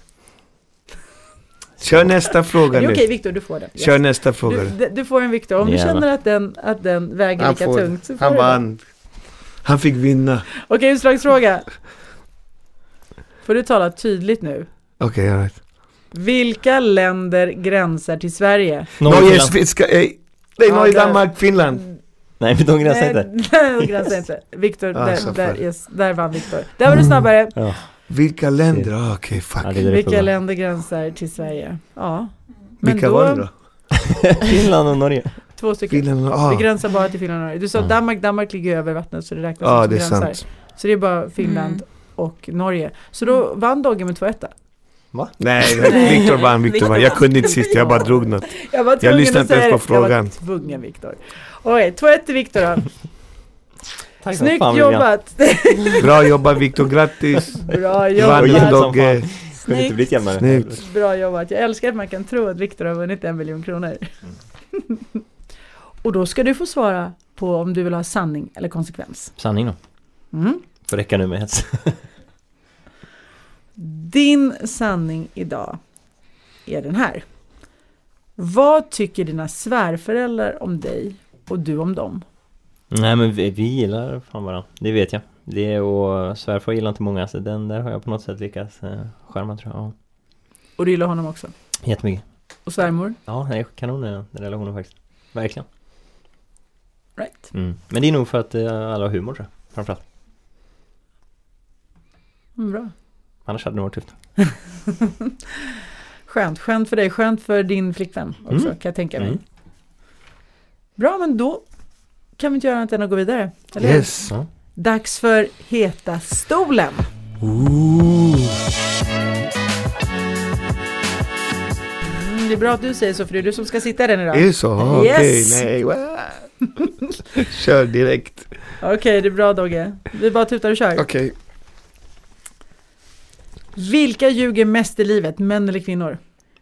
S3: Kör nästa fråga
S1: Det är
S3: nu.
S1: okej Viktor, du får den. Yes.
S3: Kör nästa fråga.
S1: Du får en Viktor. Om du
S2: Jävlar.
S1: känner att den väger
S3: Han
S1: lika
S3: får,
S1: tungt så får
S3: han
S1: du den.
S3: vann. Han fick vinna.
S1: Okej, utslagsfråga. Får du tala tydligt nu?
S3: Okej, all right.
S1: Vilka länder gränsar till Sverige?
S3: Norge,
S2: Finland.
S3: Svenska, nej,
S1: Ja,
S3: Norge,
S1: där.
S3: Danmark, Finland.
S2: Nej, men de gränsar inte.
S1: Nej, de gränsar inte. Viktor,
S3: Alltså,
S1: där vann Viktor. Där var du snabbare.
S2: Ja,
S3: Vilka länder? Okej, fuck.
S2: ja, det är direkt
S1: Vilka
S2: bra.
S1: länder gränsar till Sverige? Ja. Men
S3: Vilka
S1: då,
S3: var det då?
S2: Finland och Norge.
S1: 2 stycken.
S3: Finland,
S1: Vi gränsar bara till Finland och Norge. Du sa
S2: Ja.
S1: Danmark ligger över vattnet så det räknas
S3: Ja,
S1: som
S3: det är
S1: gränsar.
S3: sant.
S1: Så det är bara Finland och Norge. Så då vann Dogge med 2-1.
S3: Nej, Viktor vann. Jag kunde inte sist, jag bara drog något.
S1: Jag var tvungen
S3: lyssnade
S1: att
S3: inte
S1: säga
S3: ens på
S1: det.
S3: frågan.
S1: Jag var tvungen, Viktor. Okej, 2-1 till Viktor då.
S2: Tack så
S1: Snyggt
S2: fan, Vivian.
S1: jobbat.
S3: Bra jobbat Viktor, grattis.
S1: Bra
S3: Vann
S1: jobbat.
S2: jävlar.
S3: Dogge.
S2: Kunde inte blivit jämnare.
S3: Snyggt.
S1: Bra jobbat. Jag älskar att man kan tro att Viktor har vunnit 1 miljon kronor. Och då ska du få svara på om du vill ha sanning eller konsekvens.
S2: Sanning då.
S1: Mm.
S2: Får räcka nu med hets.
S1: Din sanning idag är den här. Vad tycker dina svärföräldrar om dig och du om dem?
S2: Nej, men vi gillar fan varandra. Det vet jag. Det och svärfar gillar inte många, så den där har jag på något sätt lyckats skärma, tror jag. Ja.
S1: Och du gillar honom också?
S2: Jättemycket.
S1: Och svärmor?
S2: Ja, det är kanon den relationen faktiskt. Verkligen.
S1: Right.
S2: Mm. Men det är nog för att alla har humor, tror jag. Framförallt.
S1: Bra.
S2: Annars hade det varit tufft.
S1: Skönt för dig, skönt för din flickvän också, kan jag tänka mig.
S2: Mm.
S1: Bra, men då kan vi inte göra annat än att gå vidare. Eller hur?
S3: Yes.
S2: Ja.
S1: Dags för Heta stolen. Det är bra att du säger så, för det är du som ska sitta i den idag.
S3: Är det så?
S1: Yes.
S3: Okej, nej. Wow. Kör direkt.
S1: Okej, det är bra Dogge. Vi bara tutar och kör.
S3: Okej.
S1: Vilka ljuger mest i livet, män eller kvinnor?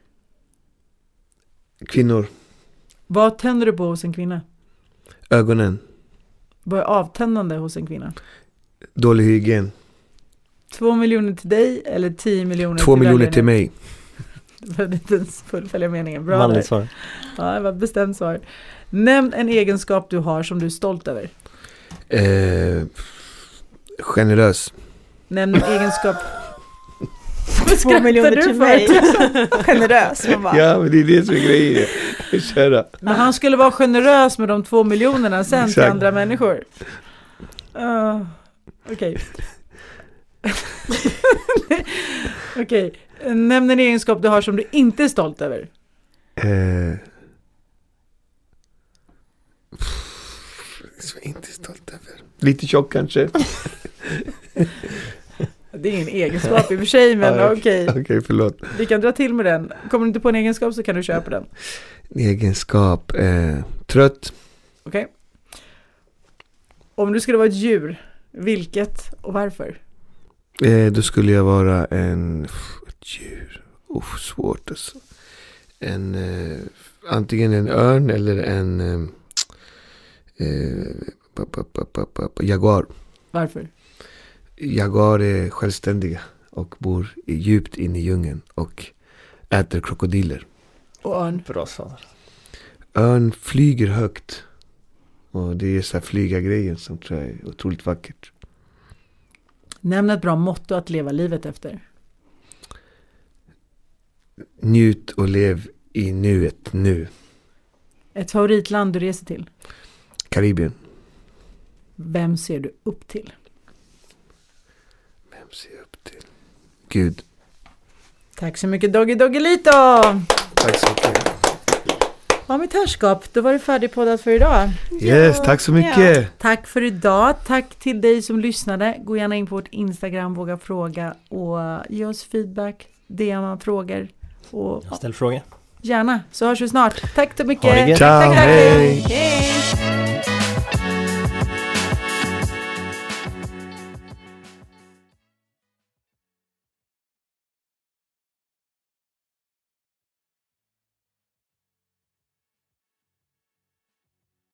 S3: Kvinnor.
S1: Vad tänder du på hos en kvinna?
S3: Ögonen.
S1: Vad är avtändande hos en kvinna?
S3: Dålig hygien.
S1: 2 miljoner till dig eller 10 miljoner
S3: 2
S1: till
S3: miljoner
S1: väljarna?
S3: till mig.
S1: Det var inte ens fullfölja meningen. Bra
S2: Manligt
S1: där.
S2: svar.
S1: Ja, det var ett bestämt svar. Nämn en egenskap du har som du är stolt över.
S3: Generös.
S1: Nämn en egenskap...
S4: 2 miljoner
S1: du
S4: till
S1: för?
S4: mig. Generös. Man bara,
S3: Ja, men det är det som är grejen. Köra.
S1: Men han skulle vara generös med de 2 miljonerna sen till
S3: Exakt.
S1: andra människor. Okej. Okej. Nämn en egenskap du har som du inte är stolt över.
S3: Så inte stolt över. Lite tjock kanske.
S1: Det är ingen egenskap i och för sig, men
S3: Ja,
S1: okej.
S3: Okej, förlåt.
S1: Vi kan dra till med den. Kommer du inte på en egenskap så kan du köpa den.
S3: Egenskap. Trött.
S1: Okej. Om du skulle vara ett djur, vilket och varför?
S3: Då skulle jag vara ett djur. Svårt alltså. Antingen en örn eller en jaguar.
S1: Varför?
S3: Jaguar är självständiga och bor djupt in i djungeln och äter krokodiler.
S1: Och örn.
S2: Bra svar.
S3: Örn flyger högt. Och det är så här flyga-grejen som tror jag är otroligt vackert.
S1: Nämn ett bra motto att leva livet efter.
S3: Njut och lev i nuet nu.
S1: Ett favoritland du reser till.
S3: Karibien.
S1: Vem ser du upp till?
S3: Vem ser jag upp till? Gud.
S1: Tack så mycket Doggelito!
S3: Tack så mycket.
S1: Ja, mitt herrskap, då var det färdigpoddat för idag.
S3: Yes, tack så mycket.
S4: Ja.
S1: Tack för idag. Tack till dig som lyssnade. Gå gärna in på vårt Instagram, våga fråga och ge oss feedback, DMa frågor och
S2: Ställ fråga.
S1: gärna, så hörs vi snart. Tack så mycket.
S2: Ha det gött.
S3: Ciao,
S1: Tack.
S3: hej.
S4: Hej!